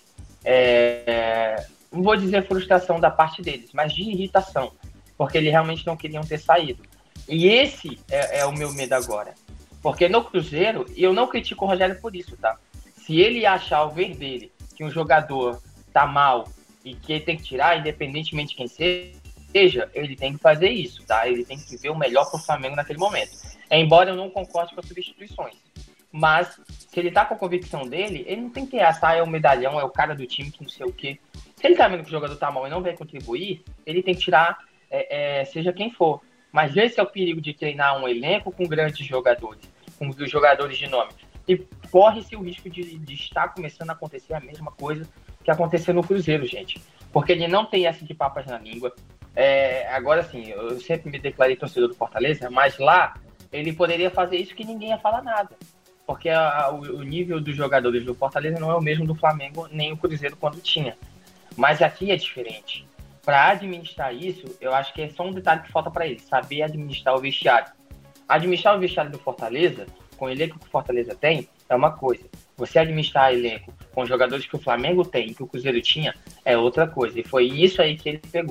não vou dizer frustração da parte deles, mas de irritação, porque eles realmente não queriam ter saído. E esse é o meu medo agora. Porque no Cruzeiro, e eu não critico o Rogério por isso, tá? Se ele achar ao ver dele que um jogador tá mal e que ele tem que tirar, independentemente de quem seja, ele tem que fazer isso, tá? Ele tem que ver o melhor pro Flamengo naquele momento. Embora eu não concorde com as substituições. Mas, se ele tá com a convicção dele, ele não tem que achar, é o medalhão, é o cara do time que não sei o quê. Se ele tá vendo que o jogador tá mal e não vai contribuir, ele tem que tirar seja quem for. Mas esse é o perigo de treinar um elenco com grandes jogadores, com os jogadores de nome. E corre-se o risco de estar começando a acontecer a mesma coisa que aconteceu no Cruzeiro, gente. Porque ele não tem essa de papas na língua. Agora sim, eu sempre me declarei torcedor do Fortaleza, mas lá ele poderia fazer isso que ninguém ia falar nada. Porque o nível dos jogadores do Fortaleza não é o mesmo do Flamengo, nem o Cruzeiro quando tinha. Mas aqui é diferente. Para administrar isso, eu acho que é só um detalhe que falta para ele, saber administrar o vestiário. Administrar o vestiário do Fortaleza, com o elenco que o Fortaleza tem, é uma coisa. Você administrar o elenco com os jogadores que o Flamengo tem, que o Cruzeiro tinha, é outra coisa. E foi isso aí que ele pegou.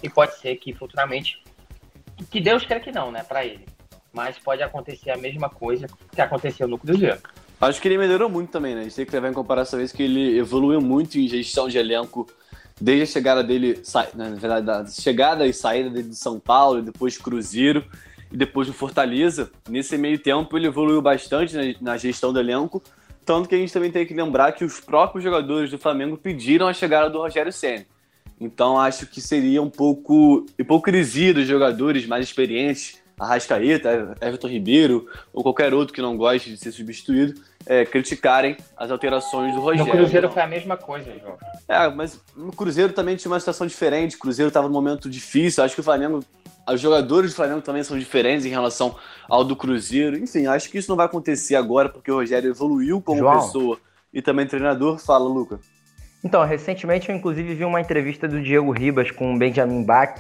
e pode ser que futuramente, que Deus quer que não, né, para ele, mas pode acontecer a mesma coisa que aconteceu no Cruzeiro. Acho que ele melhorou muito também, né? A gente tem que levar em comparação isso que ele evoluiu muito em gestão de elenco desde a chegada dele, na verdade, da chegada e saída dele do São Paulo, depois Cruzeiro e depois do Fortaleza. Nesse meio tempo ele evoluiu bastante na gestão do elenco, tanto que a gente também tem que lembrar que os próprios jogadores do Flamengo pediram a chegada do Rogério Ceni. Então acho que seria um pouco hipocrisia dos jogadores mais experientes, Arrascaeta, Everton Ribeiro ou qualquer outro que não goste de ser substituído, criticarem as alterações do Rogério. No Cruzeiro foi a mesma coisa, João. Mas no Cruzeiro também tinha uma situação diferente. O Cruzeiro estava num momento difícil. Acho que o Flamengo, os jogadores do Flamengo também são diferentes em relação ao do Cruzeiro. Enfim, acho que isso não vai acontecer agora porque o Rogério evoluiu como pessoa e também treinador. Fala, Luca. Então, recentemente eu inclusive vi uma entrevista do Diego Ribas com o Benjamin Bach.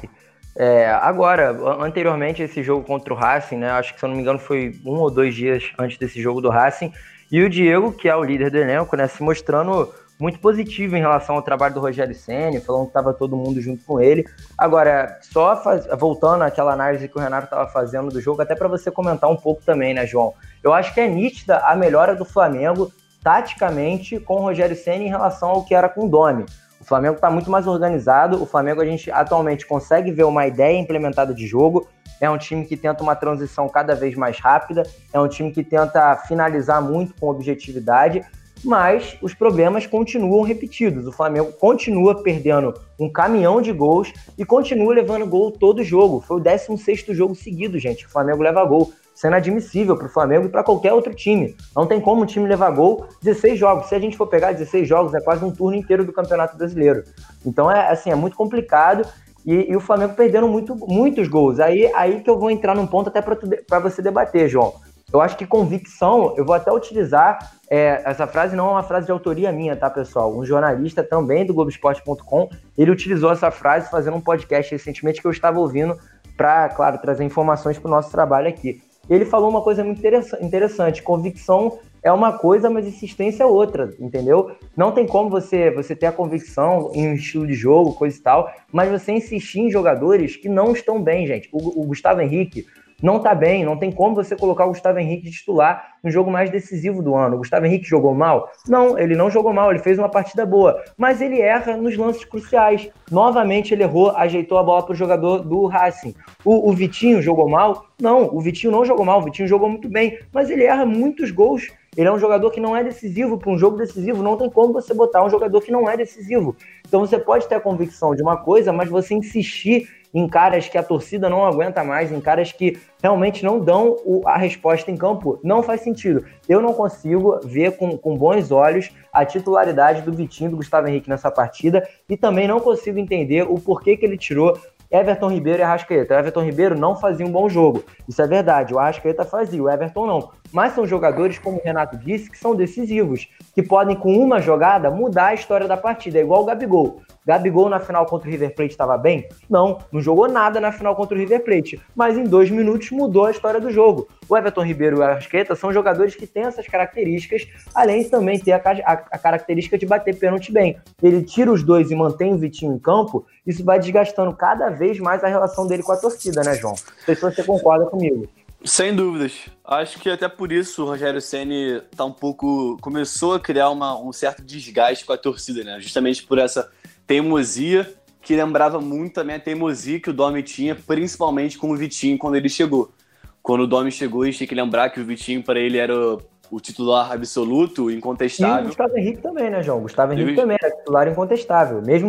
Anteriormente a esse jogo contra o Racing, né? Acho que, se eu não me engano, foi 1 ou 2 dias antes desse jogo do Racing. E o Diego, que é o líder do elenco, né, se mostrando muito positivo em relação ao trabalho do Rogério Ceni, falando que estava todo mundo junto com ele. Agora, voltando àquela análise que o Renato estava fazendo do jogo, até para você comentar um pouco também, né, João? Eu acho que é nítida a melhora do Flamengo taticamente com o Rogério Ceni em relação ao que era com o Domi. O Flamengo está muito mais organizado, o Flamengo a gente atualmente consegue ver uma ideia implementada de jogo, é um time que tenta uma transição cada vez mais rápida, é um time que tenta finalizar muito com objetividade, mas os problemas continuam repetidos. O Flamengo continua perdendo um caminhão de gols e continua levando gol todo jogo. Foi o 16º jogo seguido, gente, que o Flamengo leva gol. Isso é inadmissível para o Flamengo e para qualquer outro time. Não tem como um time levar gol 16 jogos. Se a gente for pegar 16 jogos, é quase um turno inteiro do Campeonato Brasileiro. Então é muito complicado e o Flamengo perdendo muitos gols. Aí que eu vou entrar num ponto até para você debater, João. Eu acho que convicção, eu vou até utilizar, essa frase não é uma frase de autoria minha, tá, pessoal? Um jornalista também do Globoesporte.com, ele utilizou essa frase fazendo um podcast recentemente que eu estava ouvindo para, claro, trazer informações para o nosso trabalho aqui. Ele falou uma coisa muito interessante, convicção é uma coisa, mas insistência é outra, entendeu? Não tem como você ter a convicção em um estilo de jogo, coisa e tal, mas você insistir em jogadores que não estão bem, gente. O Gustavo Henrique não tá bem, não tem como você colocar o Gustavo Henrique de titular no jogo mais decisivo do ano. O Gustavo Henrique jogou mal? Não, ele não jogou mal, ele fez uma partida boa, mas ele erra nos lances cruciais. Novamente ele errou, ajeitou a bola pro jogador do Racing. O Vitinho jogou mal? Não, o Vitinho não jogou mal, o Vitinho jogou muito bem, mas ele erra muitos gols. Ele é um jogador que não é decisivo. Para um jogo decisivo, não tem como você botar um jogador que não é decisivo. Então você pode ter a convicção de uma coisa, mas você insistir em caras que a torcida não aguenta mais, em caras que realmente não dão a resposta em campo, não faz sentido. Eu não consigo ver com bons olhos a titularidade do Vitinho, do Gustavo Henrique nessa partida, e também não consigo entender o porquê que ele tirou Everton Ribeiro e Arrascaeta. O Everton Ribeiro não fazia um bom jogo, isso é verdade, o Arrascaeta fazia, o Everton não. Mas são jogadores, como o Renato disse, que são decisivos, que podem com uma jogada mudar a história da partida, é igual o Gabigol. Gabigol na final contra o River Plate estava bem? Não jogou nada na final contra o River Plate, mas em 2 minutos mudou a história do jogo. O Everton Ribeiro e o Arrascaeta são jogadores que têm essas características, além de também ter a característica de bater pênalti bem. Ele tira os dois e mantém o Vitinho em campo, isso vai desgastando cada vez mais a relação dele com a torcida, né, João? Não sei se você concorda comigo. Sem dúvidas. Acho que até por isso o Rogério Ceni começou a criar um certo desgaste com a torcida, né? Justamente por essa teimosia, que lembrava muito também a teimosia que o Domi tinha, principalmente com o Vitinho quando ele chegou. Quando o Domi chegou, a gente tem que lembrar que o Vitinho, para ele, era o titular absoluto, incontestável. E o Gustavo Henrique também, né, João? O Gustavo Henrique também era titular incontestável, mesmo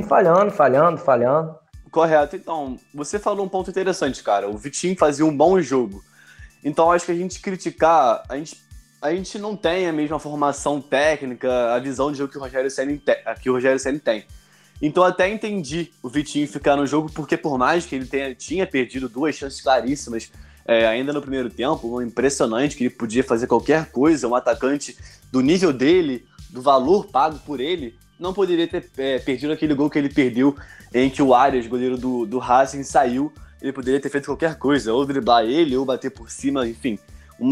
falhando. Correto. Então, você falou um ponto interessante, cara. O Vitinho fazia um bom jogo. Então, acho que a gente criticar... A gente não tem a mesma formação técnica, a visão de jogo que o Rogério Ceni tem. Então, até entendi o Vitinho ficar no jogo, porque por mais que ele tinha perdido 2 chances claríssimas ainda no primeiro tempo, impressionante que ele podia fazer qualquer coisa, um atacante do nível dele, do valor pago por ele, não poderia ter perdido aquele gol que ele perdeu, em que o Arias, goleiro do Racing, saiu. Ele poderia ter feito qualquer coisa, ou driblar ele, ou bater por cima, enfim.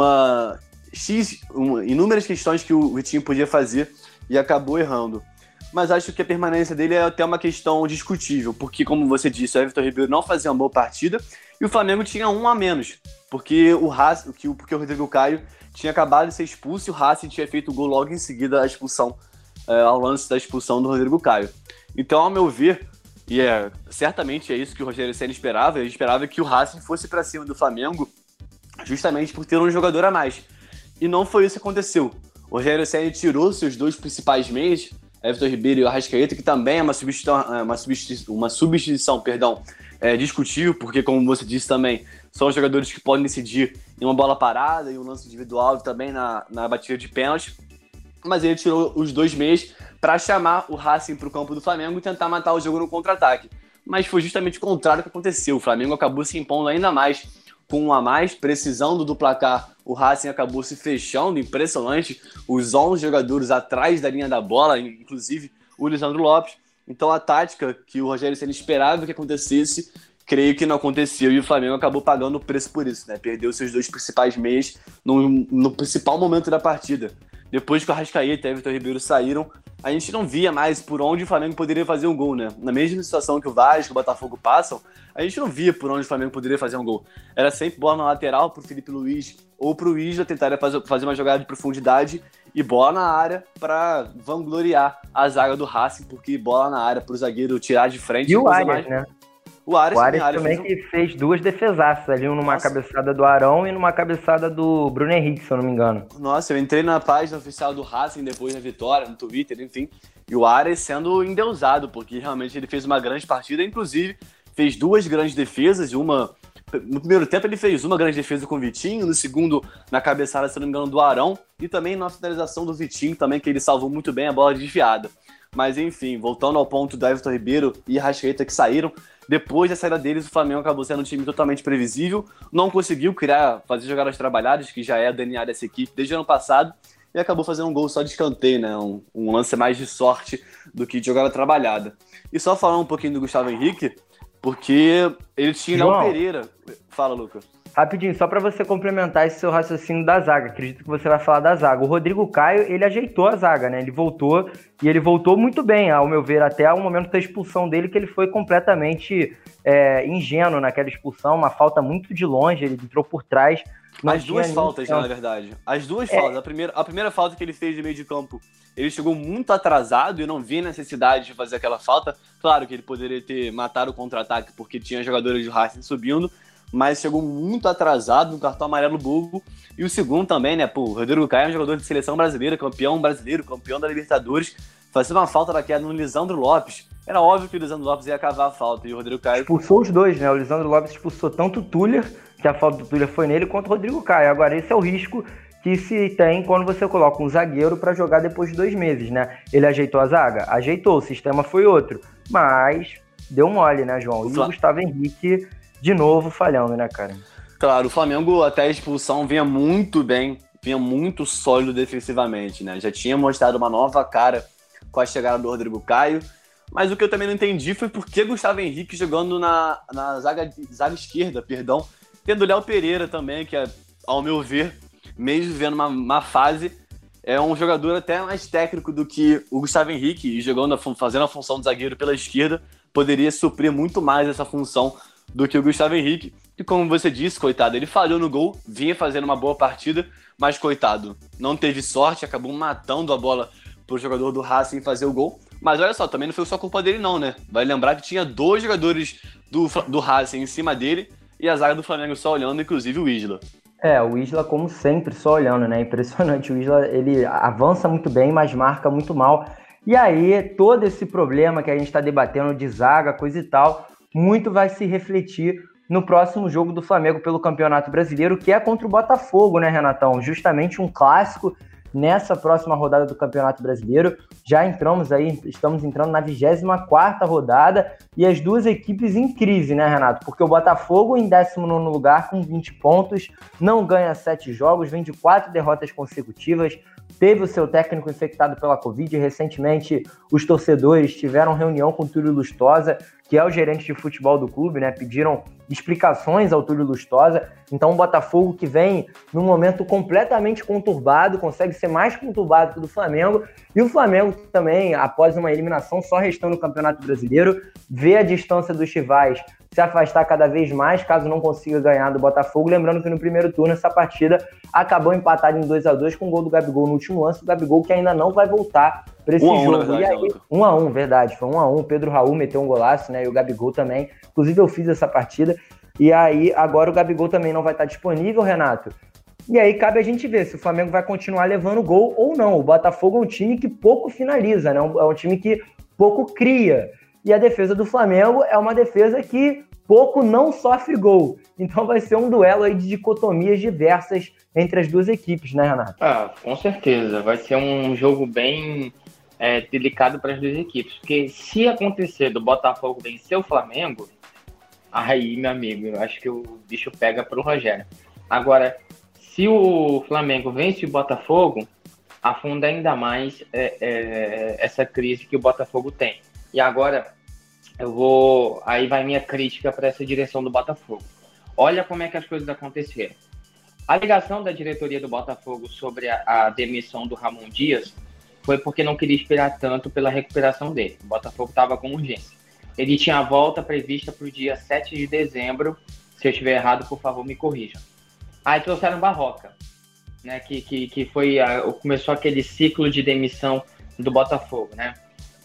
Inúmeras questões que o Vitinho podia fazer e acabou errando. mas acho que a permanência dele é até uma questão discutível, porque, como você disse, o Everton Ribeiro não fazia uma boa partida e o Flamengo tinha um a menos, porque o Rodrigo Caio tinha acabado de ser expulso e o Racing tinha feito o gol logo em seguida à expulsão, ao lance da expulsão do Rodrigo Caio. Então, ao meu ver, e certamente é isso que o Rogério Ceni esperava, ele esperava que o Racing fosse para cima do Flamengo justamente por ter um jogador a mais. E não foi isso que aconteceu. O Rogério Ceni tirou seus dois principais meias, Everton Ribeiro e o Arrascaeta, que também é uma substituição discutível, porque, como você disse também, são jogadores que podem decidir em uma bola parada e um lance individual também na batida de pênalti. Mas ele tirou os dois meias para chamar o Racing para o campo do Flamengo e tentar matar o jogo no contra-ataque. Mas foi justamente o contrário que aconteceu. O Flamengo acabou se impondo ainda mais com um a mais, precisando do placar. O Racing acabou se fechando, impressionante. Os 11 jogadores atrás da linha da bola, inclusive o Lisandro Lopes. Então a tática que o Rogério Ceni esperava que acontecesse, creio que não aconteceu e o Flamengo acabou pagando o preço por isso, né? Perdeu seus dois principais meias no principal momento da partida. Depois que o Arrascaeta e o Everton Ribeiro saíram, a gente não via mais por onde o Flamengo poderia fazer um gol, né? Na mesma situação que o Vasco e o Botafogo passam, a gente não via por onde o Flamengo poderia fazer um gol. Era sempre bola na lateral pro Felipe Luiz ou pro Isla tentar fazer uma jogada de profundidade e bola na área para vangloriar a zaga do Racing, porque bola na área pro zagueiro tirar de frente. E o Arias, né? O Arias também que fez duas defesaças ali, numa cabeçada do Arão e numa cabeçada do Bruno Henrique, se eu não me engano. Nossa, eu entrei na página oficial do Racing depois da vitória, no Twitter, enfim, e o Arias sendo endeusado, porque realmente ele fez uma grande partida, inclusive fez duas grandes defesas, no primeiro tempo ele fez uma grande defesa com o Vitinho, no segundo na cabeçada, se não me engano, do Arão, e também na finalização do Vitinho, também que ele salvou muito bem a bola desviada. Mas enfim, voltando ao ponto do Everton Ribeiro e Arrascaeta que saíram, depois da saída deles, o Flamengo acabou sendo um time totalmente previsível, não conseguiu fazer jogadas trabalhadas, que já é a DNA dessa equipe desde o ano passado, e acabou fazendo um gol só de escanteio, né? Um lance mais de sorte do que de jogada trabalhada. E só falar um pouquinho do Gustavo Henrique, porque ele tinha Léo Pereira. Fala, Lucas. Rapidinho, só para você complementar esse seu raciocínio da zaga, acredito que você vai falar da zaga. O Rodrigo Caio, ele ajeitou a zaga, né? Ele voltou muito bem, ao meu ver, até o momento da expulsão dele, que ele foi completamente ingênuo naquela expulsão, uma falta muito de longe, ele entrou por trás. As duas faltas, na verdade. As duas faltas. A primeira falta que ele fez de meio de campo, ele chegou muito atrasado e não vi necessidade de fazer aquela falta. Claro que ele poderia ter matado o contra-ataque porque tinha jogadores de Racing subindo, mas chegou muito atrasado no cartão amarelo bobo. E o segundo também, né? Pô, o Rodrigo Caio é um jogador de seleção brasileira, campeão brasileiro, campeão da Libertadores. Fazendo uma falta daquela no Lisandro Lopes. Era óbvio que o Lisandro Lopes ia cavar a falta e o Rodrigo Caio... Expulsou os dois, né? O Lisandro Lopes expulsou tanto o Tuller, que a falta do Tuller foi nele, quanto o Rodrigo Caio. Agora, esse é o risco que se tem quando você coloca um zagueiro para jogar depois de 2 meses, né? Ele ajeitou a zaga? Ajeitou, o sistema foi outro. Mas deu mole, né, João? E o Gustavo Henrique... de novo falhando, né, cara? Claro, o Flamengo até a expulsão vinha muito bem, vinha muito sólido defensivamente, né? Já tinha mostrado uma nova cara com a chegada do Rodrigo Caio, mas o que eu também não entendi foi por que Gustavo Henrique jogando na zaga esquerda, tendo o Léo Pereira também, que ao meu ver, mesmo vivendo uma fase, é um jogador até mais técnico do que o Gustavo Henrique, e fazendo a função de zagueiro pela esquerda, poderia suprir muito mais essa função do que o Gustavo Henrique, que, como você disse, coitado, ele falhou no gol, vinha fazendo uma boa partida, mas, coitado, não teve sorte, acabou matando a bola pro jogador do Racing fazer o gol. Mas olha só, também não foi só culpa dele não, né? Vai lembrar que tinha 2 jogadores do Racing em cima dele e a zaga do Flamengo só olhando, inclusive o Isla. O Isla, como sempre, só olhando, né? Impressionante, o Isla, ele avança muito bem, mas marca muito mal. E aí, todo esse problema que a gente tá debatendo de zaga, coisa e tal, muito vai se refletir no próximo jogo do Flamengo pelo Campeonato Brasileiro, que é contra o Botafogo, né, Renatão? Justamente um clássico nessa próxima rodada do Campeonato Brasileiro. Já estamos entrando na 24ª rodada e as duas equipes em crise, né, Renato? Porque o Botafogo em 19º lugar com 20 pontos, não ganha 7 jogos, vem de 4 derrotas consecutivas, teve o seu técnico infectado pela Covid. Recentemente, os torcedores tiveram reunião com o Túlio Lustosa, que é o gerente de futebol do clube, né? Pediram explicações ao Túlio Lustosa. Então, o Botafogo que vem num momento completamente conturbado, consegue ser mais conturbado que o do Flamengo. E o Flamengo também, após uma eliminação só restando no Campeonato Brasileiro, vê a distância dos rivais se afastar cada vez mais, caso não consiga ganhar do Botafogo. Lembrando que no primeiro turno essa partida acabou empatada em 2-2 com o gol do Gabigol no último lance. O Gabigol que ainda não vai voltar para esse jogo. Verdade, e aí, 1-1, verdade, foi 1-1. O Pedro Raul meteu um golaço, né? E o Gabigol também. Inclusive eu fiz essa partida. E aí agora o Gabigol também não vai estar disponível, Renato. E aí cabe a gente ver se o Flamengo vai continuar levando gol ou não. O Botafogo é um time que pouco finaliza, né? É um time que pouco cria. E a defesa do Flamengo é uma defesa que pouco não sofre gol. Então vai ser um duelo aí de dicotomias diversas entre as duas equipes, né, Renato? Com certeza. Vai ser um jogo bem delicado para as duas equipes. Porque se acontecer do Botafogo vencer o Flamengo, aí, meu amigo, eu acho que o bicho pega pro Rogério. Agora, se o Flamengo vence o Botafogo, afunda ainda mais essa crise que o Botafogo tem. E agora, aí vai minha crítica para essa direção do Botafogo. Olha como é que as coisas aconteceram. A ligação da diretoria do Botafogo sobre a demissão do Ramon Dias foi porque não queria esperar tanto pela recuperação dele. O Botafogo estava com urgência. Ele tinha a volta prevista para o dia 7 de dezembro. Se eu estiver errado, por favor, me corrijam. Aí trouxeram Barroca, né, que começou aquele ciclo de demissão do Botafogo, né,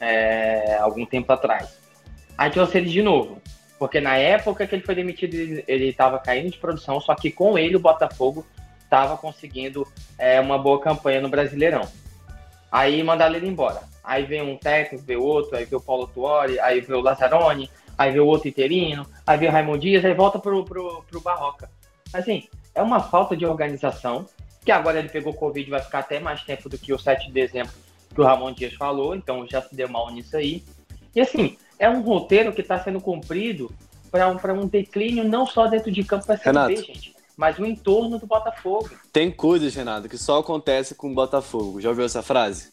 algum tempo atrás. Aí trouxe ele de novo, porque na época que ele foi demitido, ele estava caindo de produção, só que com ele o Botafogo estava conseguindo uma boa campanha no Brasileirão. Aí mandaram ele embora. Aí veio um técnico, veio outro, aí veio o Paulo Tuori, aí veio o Lazzaroni, aí veio outro interino, aí veio o Raimon Dias, aí volta pro Barroca. Assim, é uma falta de organização, que agora ele pegou Covid, vai ficar até mais tempo do que o 7 de dezembro que o Ramon Dias falou, então já se deu mal nisso aí. E assim, é um roteiro que está sendo cumprido para um declínio não só dentro de campo para Série B, gente, mas no entorno do Botafogo. Tem coisas, Renato, que só acontece com o Botafogo. Já ouviu essa frase?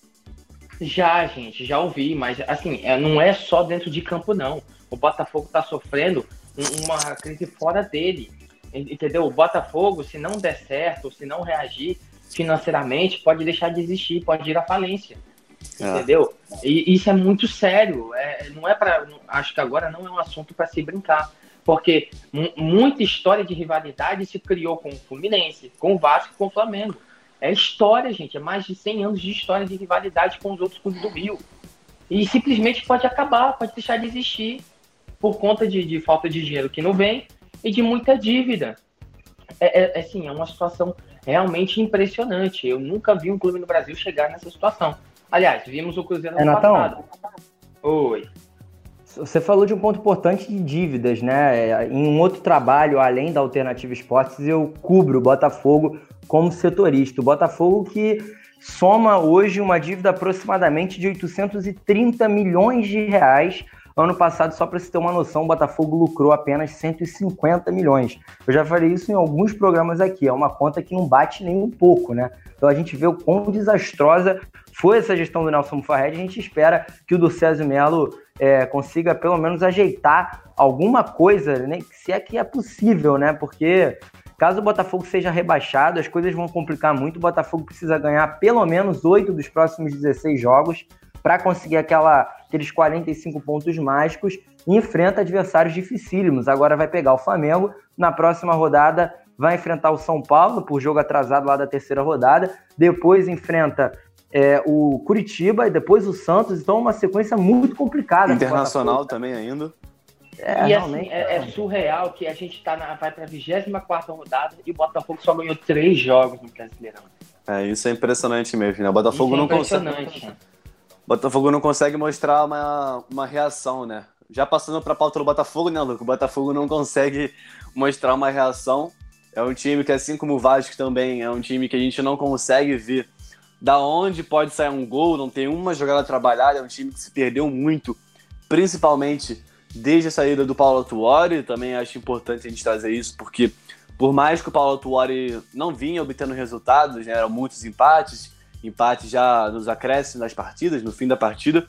Já, gente, já ouvi, mas assim, não é só dentro de campo, não. O Botafogo está sofrendo uma crise fora dele, entendeu? O Botafogo, se não der certo, se não reagir financeiramente, pode deixar de existir, pode ir à falência, entendeu? E isso é muito sério, acho que agora não é um assunto para se brincar, porque muita história de rivalidade se criou com o Fluminense, com o Vasco e com o Flamengo. É história, gente, é mais de 100 anos de história de rivalidade com os outros clubes do Rio. E simplesmente pode acabar, pode deixar de existir por conta de falta de dinheiro que não vem e de muita dívida. Assim, é uma situação realmente impressionante. Eu nunca vi um clube no Brasil chegar nessa situação. Aliás, vimos o Cruzeiro no passado. Oi. Você falou de um ponto importante de dívidas, né? Em um outro trabalho, além da Alternativa Esportes, eu cubro o Botafogo como setorista. O Botafogo que soma hoje uma dívida aproximadamente de 830 milhões de reais. Ano passado, só para você ter uma noção, o Botafogo lucrou apenas 150 milhões. Eu já falei isso em alguns programas aqui, é uma conta que não bate nem um pouco, né? Então a gente vê o quão desastrosa foi essa gestão do Nelson Mufarredi. A gente espera que o do César Melo consiga pelo menos ajeitar alguma coisa, né? Se é que é possível, né? Porque caso o Botafogo seja rebaixado, as coisas vão complicar muito. O Botafogo precisa ganhar pelo menos 8 dos próximos 16 jogos para conseguir aqueles 45 pontos mágicos, e enfrenta adversários dificílimos. Agora vai pegar o Flamengo, na próxima rodada vai enfrentar o São Paulo, por jogo atrasado lá da terceira rodada, depois enfrenta o Curitiba e depois o Santos, então uma sequência muito complicada. Internacional também ainda. Realmente, assim, é surreal que a gente vai para a 24ª rodada e o Botafogo só ganhou 3 jogos no Brasileirão. Isso é impressionante mesmo, né? O Botafogo não consegue mostrar uma reação, né? Já passando para a pauta do Botafogo, né, Luca? O Botafogo não consegue mostrar uma reação. É um time que, assim como o Vasco também, é um time que a gente não consegue ver da onde pode sair um gol, não tem uma jogada trabalhada, é um time que se perdeu muito, principalmente desde a saída do Paulo Tuori. Também acho importante a gente trazer isso, porque por mais que o Paulo Tuori não vinha obtendo resultados, né, eram muitos empates já nos acréscimos das partidas, no fim da partida,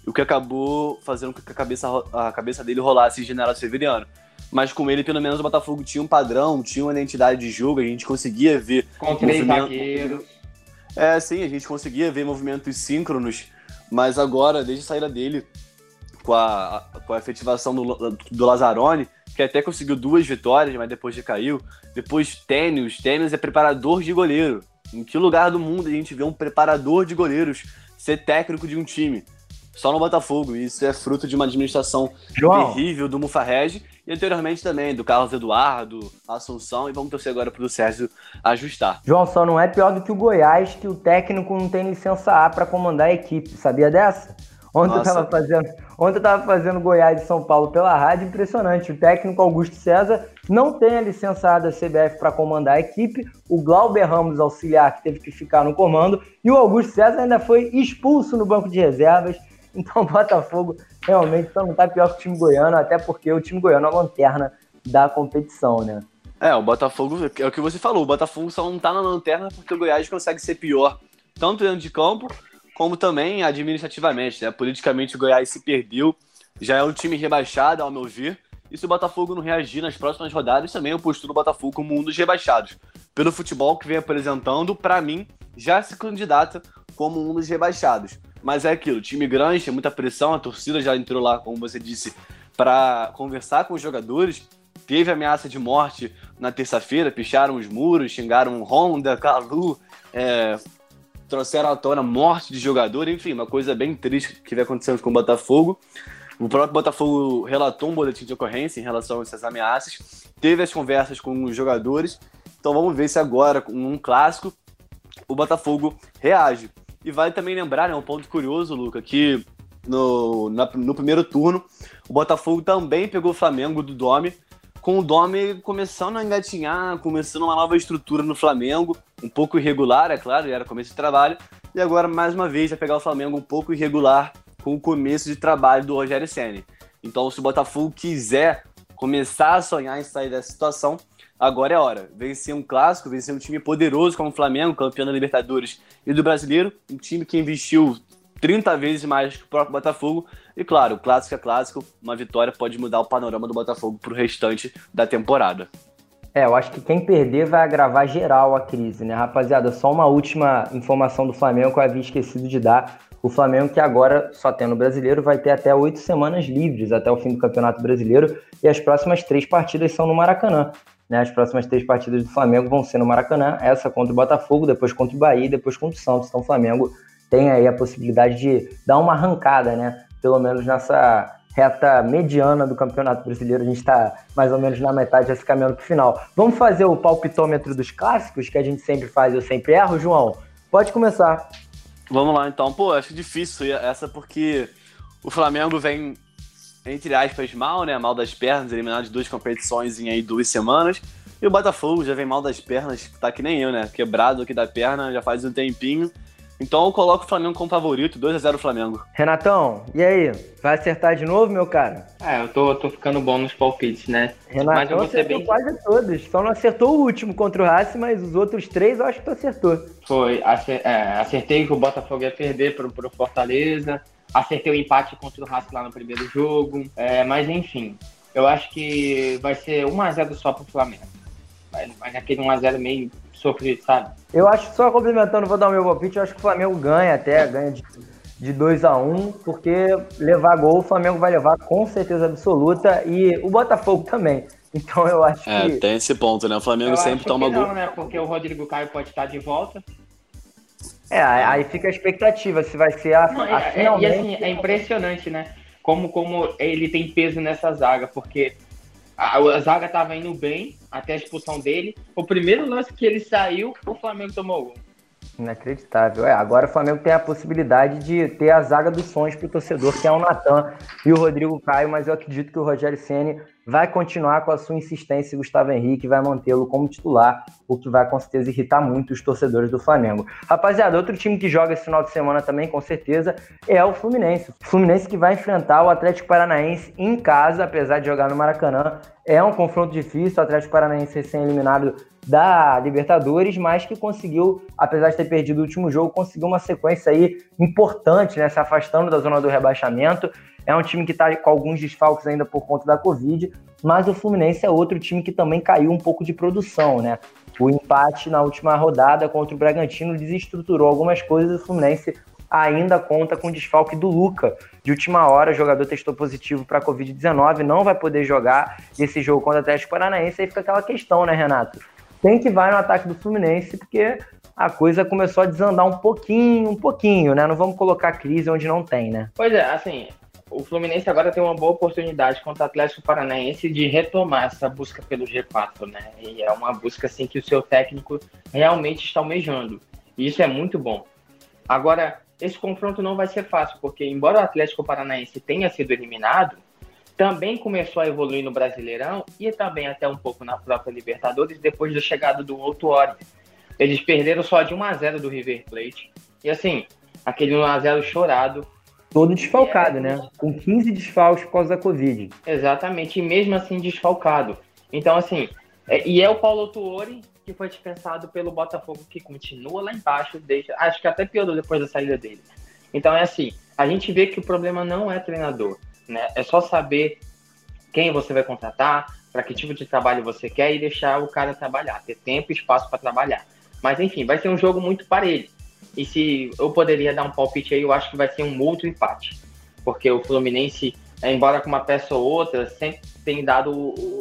o que acabou fazendo com que a cabeça dele rolasse em General Severiano. Mas com ele, pelo menos, o Botafogo tinha um padrão, tinha uma identidade de jogo, a gente conseguia ver... Com 3 zagueiros. Sim, a gente conseguia ver movimentos síncronos, mas agora, desde a saída dele, com a efetivação do Lazzaroni, que até conseguiu 2 vitórias, mas depois decaiu. Depois Tênis é preparador de goleiro. Em que lugar do mundo a gente vê um preparador de goleiros ser técnico de um time? Só no Botafogo. E isso é fruto de uma administração terrível do Mufarrege e anteriormente também do Carlos Eduardo, Assunção, e vamos torcer agora pro Sérgio ajustar. João, só não é pior do que o Goiás, que o técnico não tem licença A para comandar a equipe. Sabia dessa? Ontem eu tava fazendo Goiás e São Paulo pela rádio, impressionante. O técnico Augusto César não tem a licença A da CBF para comandar a equipe, o Glauber Ramos, auxiliar, que teve que ficar no comando, e o Augusto César ainda foi expulso no banco de reservas. Então o Botafogo realmente só não tá pior que o time goiano, até porque o time goiano é a lanterna da competição, né? O Botafogo, é o que você falou, o Botafogo só não tá na lanterna porque o Goiás consegue ser pior, tanto dentro de campo, como também administrativamente, né? Politicamente o Goiás se perdeu, já é um time rebaixado, ao meu ver, e se o Botafogo não reagir nas próximas rodadas, também eu posturo o Botafogo como um dos rebaixados. Pelo futebol que vem apresentando, para mim, já se candidata como um dos rebaixados. Mas é aquilo, time grande, tem muita pressão, a torcida já entrou lá, como você disse, para conversar com os jogadores, teve ameaça de morte na terça-feira, picharam os muros, xingaram Honda, Calu, trouxeram à tona morte de jogador, enfim, uma coisa bem triste que vem acontecendo com o Botafogo. O próprio Botafogo relatou um boletim de ocorrência em relação a essas ameaças, teve as conversas com os jogadores, então vamos ver se agora, com um clássico, o Botafogo reage. E vale também lembrar, né, um ponto curioso, Luca, que no primeiro turno, o Botafogo também pegou o Flamengo do Domi, com o Domi começando a engatinhar, começando uma nova estrutura no Flamengo, um pouco irregular, é claro, era começo de trabalho, e agora, mais uma vez, vai pegar o Flamengo um pouco irregular com o começo de trabalho do Rogério Ceni. Então, se o Botafogo quiser começar a sonhar em sair dessa situação, agora é a hora. Vencer um clássico, vencer um time poderoso como o Flamengo, campeão da Libertadores e do Brasileiro, um time que investiu 30 vezes mais que o próprio Botafogo. E claro, clássico é clássico, uma vitória pode mudar o panorama do Botafogo pro restante da temporada. Eu acho que quem perder vai agravar geral a crise, né, rapaziada? Só uma última informação do Flamengo que eu havia esquecido de dar. O Flamengo, que agora só tem no Brasileiro, vai ter até 8 semanas livres até o fim do Campeonato Brasileiro, e as próximas 3 partidas são no Maracanã. Né, as próximas 3 partidas do Flamengo vão ser no Maracanã, essa contra o Botafogo, depois contra o Bahia e depois contra o Santos. Então o Flamengo tem aí a possibilidade de dar uma arrancada, né? Pelo menos nessa reta mediana do Campeonato Brasileiro, a gente está mais ou menos na metade, já se caminhando para o final. Vamos fazer o palpitômetro dos clássicos, que a gente sempre faz, eu sempre erro, João? Pode começar. Vamos lá, então. Pô, acho difícil essa porque o Flamengo vem, entre aspas, mal, né? Mal das pernas, eliminado de 2 competições em aí 2 semanas. E o Botafogo já vem mal das pernas, tá que nem eu, né? Quebrado aqui da perna já faz um tempinho. Então eu coloco o Flamengo como favorito, 2-0 Flamengo. Renatão, e aí? Vai acertar de novo, meu cara? Eu tô ficando bom nos palpites, né? Renatão acertou quase todos, só não acertou o último contra o Racing, mas os outros 3 eu acho que tu acertou. Foi, acertei que o Botafogo ia perder pro Fortaleza, acertei o empate contra o Racing lá no primeiro jogo, mas enfim, eu acho que vai ser 1-0 só pro Flamengo. Mas aquele 1-0 meio sofrido, sabe? Eu acho, só complementando, vou dar o meu palpite, eu acho que o Flamengo ganha de 2-1, porque levar gol o Flamengo vai levar com certeza absoluta, e o Botafogo também. Então eu acho que... tem esse ponto, né? O Flamengo sempre toma gol. Não, né? Porque o Rodrigo Caio pode estar de volta. Aí fica a expectativa, se vai ser finalmente... E assim, é impressionante, né? Como ele tem peso nessa zaga, porque a zaga tava indo bem até a expulsão dele. O primeiro lance que ele saiu, o Flamengo tomou gol. Inacreditável. Agora o Flamengo tem a possibilidade de ter a zaga dos sonhos pro torcedor, que é o Natan e o Rodrigo Caio, mas eu acredito que o Rogério Ceni vai continuar com a sua insistência e Gustavo Henrique vai mantê-lo como titular, o que vai com certeza irritar muito os torcedores do Flamengo. Rapaziada, outro time que joga esse final de semana também, com certeza, é o Fluminense. O Fluminense que vai enfrentar o Atlético Paranaense em casa, apesar de jogar no Maracanã. É um confronto difícil, o Atlético Paranaense recém-eliminado da Libertadores, mas que conseguiu, apesar de ter perdido o último jogo, conseguiu uma sequência aí importante, né, se afastando da zona do rebaixamento. É um time que está com alguns desfalques ainda por conta da Covid, mas o Fluminense é outro time que também caiu um pouco de produção, né? O empate na última rodada contra o Bragantino desestruturou algumas coisas. O Fluminense ainda conta com o desfalque do Luca. De última hora, o jogador testou positivo para a Covid-19, não vai poder jogar esse jogo contra o Atlético Paranaense. Aí fica aquela questão, né, Renato? Quem que vai no ataque do Fluminense? Porque a coisa começou a desandar um pouquinho, né? Não vamos colocar crise onde não tem, né? Pois é, assim, o Fluminense agora tem uma boa oportunidade contra o Atlético Paranaense de retomar essa busca pelo G4, né? E é uma busca, assim, que o seu técnico realmente está almejando. E isso é muito bom. Agora, esse confronto não vai ser fácil, porque embora o Atlético Paranaense tenha sido eliminado, também começou a evoluir no Brasileirão e também até um pouco na própria Libertadores depois da chegada do Autuori. Eles perderam só de 1-0 do River Plate. E assim, aquele 1-0 chorado. Todo desfalcado, né? Com 15 desfalques por causa da Covid. Exatamente, e mesmo assim desfalcado. Então assim, e é o Paulo Autuori que foi dispensado pelo Botafogo, que continua lá embaixo, acho que até piorou depois da saída dele. Então é assim, a gente vê que o problema não é treinador, né? É só saber quem você vai contratar, para que tipo de trabalho você quer e deixar o cara trabalhar, ter tempo e espaço para trabalhar. Mas enfim, vai ser um jogo muito parelho. E se eu poderia dar um palpite aí, eu acho que vai ser um outro empate. Porque o Fluminense, embora com uma peça ou outra, sempre tem dado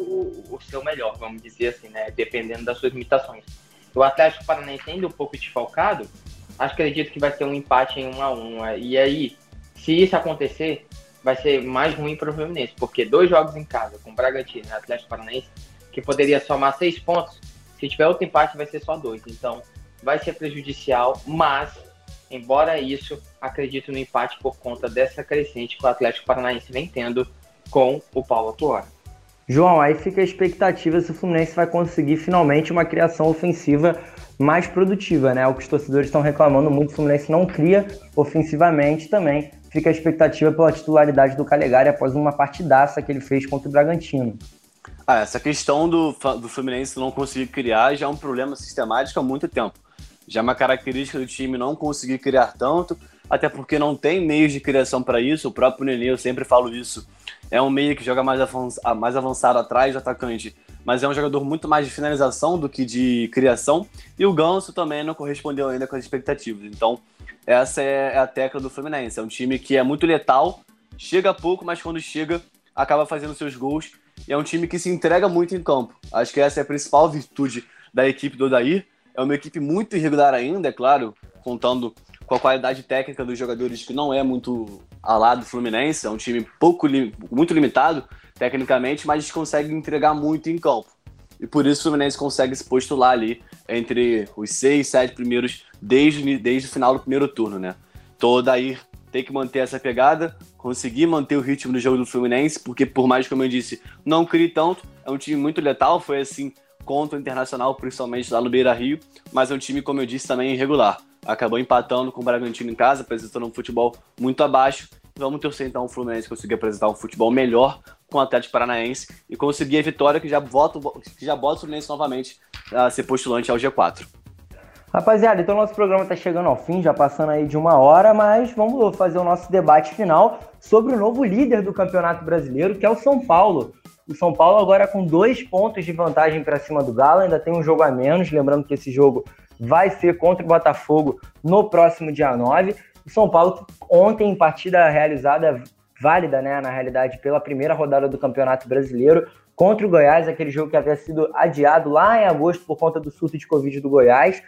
o seu melhor, vamos dizer assim, né? Dependendo das suas limitações. O Atlético Paranaense ainda um pouco desfalcado, acredito que vai ser um empate em 1-1. E aí, se isso acontecer, vai ser mais ruim para o Fluminense, porque 2 jogos em casa, com o Bragantino e o Atlético Paranaense, que poderia somar 6 pontos, se tiver outro empate vai ser só 2. Então, vai ser prejudicial, mas, embora isso, acredito no empate por conta dessa crescente que o Atlético Paranaense vem tendo com o Paulo Autuori. João, aí fica a expectativa se o Fluminense vai conseguir finalmente uma criação ofensiva mais produtiva, né? O que os torcedores estão reclamando muito, o Fluminense não cria ofensivamente também. Fica a expectativa pela titularidade do Calegari após uma partidaça que ele fez contra o Bragantino. Essa questão do Fluminense não conseguir criar já é um problema sistemático há muito tempo. Já é uma característica do time não conseguir criar tanto, até porque não tem meios de criação para isso. O próprio Nenê, eu sempre falo isso, é um meio que joga mais avançado atrás do atacante, mas é um jogador muito mais de finalização do que de criação, e o Ganso também não correspondeu ainda com as expectativas. Então, essa é a tecla do Fluminense. É um time que é muito letal, chega pouco, mas quando chega, acaba fazendo seus gols, e é um time que se entrega muito em campo. Acho que essa é a principal virtude da equipe do Odair. É uma equipe muito irregular ainda, é claro, contando com a qualidade técnica dos jogadores, que não é muito ao lado do Fluminense. É um time muito limitado tecnicamente, mas consegue entregar muito em campo. E por isso o Fluminense consegue se postular ali entre os 6, 7 primeiros desde o final do primeiro turno, né? Então o Odair tem que manter essa pegada, conseguir manter o ritmo do jogo do Fluminense, porque por mais, como eu disse, não crie tanto, é um time muito letal, foi assim contra o Internacional, principalmente lá no Beira-Rio, mas é um time, como eu disse, também irregular. Acabou empatando com o Bragantino em casa, apresentando um futebol muito abaixo. Vamos torcer então o Fluminense conseguir apresentar um futebol melhor com o Atlético Paranaense e conseguir a vitória que já bota o Fluminense novamente a ser postulante ao G4. Rapaziada, então nosso programa está chegando ao fim, já passando aí de 1 hora, mas vamos fazer o nosso debate final sobre o novo líder do Campeonato Brasileiro, que é o São Paulo. O São Paulo agora com 2 pontos de vantagem para cima do Galo, ainda tem um jogo a menos, lembrando que esse jogo vai ser contra o Botafogo no próximo dia 9. O São Paulo, ontem, em partida realizada, válida, né, na realidade, pela primeira rodada do Campeonato Brasileiro, contra o Goiás, aquele jogo que havia sido adiado lá em agosto por conta do surto de Covid do Goiás.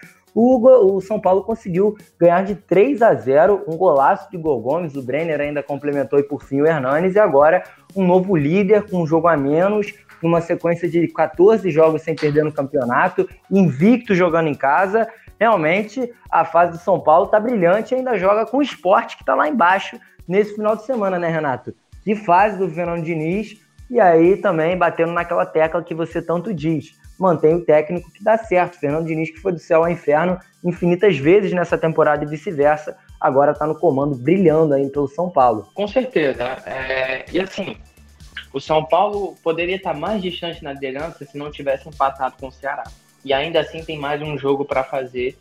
O São Paulo conseguiu ganhar de 3-0, um golaço de Gol Gomes, o Brenner ainda complementou e por fim o Hernanes, e agora um novo líder com um jogo a menos, numa sequência de 14 jogos sem perder no campeonato, invicto jogando em casa. Realmente a fase do São Paulo está brilhante e ainda joga com o Sport, que está lá embaixo nesse final de semana, né, Renato? Que fase do Fernando Diniz, E aí também batendo naquela tecla que você tanto diz, mantém o técnico que dá certo. Fernando Diniz, que foi do céu ao inferno infinitas vezes nessa temporada e vice-versa, agora está no comando, brilhando aí pelo São Paulo. Com certeza. E assim, o São Paulo poderia estar mais distante na liderança se não tivesse empatado com o Ceará. E ainda assim tem mais um jogo para fazer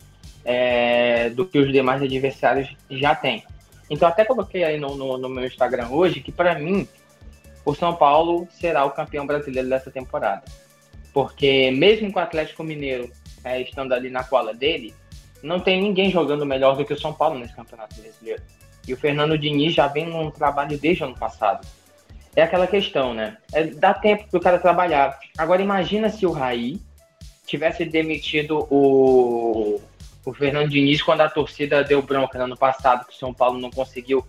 do que os demais adversários já têm. Então até coloquei aí no meu Instagram hoje que, para mim, o São Paulo será o campeão brasileiro dessa temporada. Porque mesmo com o Atlético Mineiro estando ali na cola dele, não tem ninguém jogando melhor do que o São Paulo nesse campeonato brasileiro. E o Fernando Diniz já vem num trabalho desde o ano passado. É aquela questão, né? Dá tempo pro cara trabalhar. Agora imagina se o Raí tivesse demitido o Fernando Diniz quando a torcida deu bronca no ano passado, que o São Paulo não conseguiu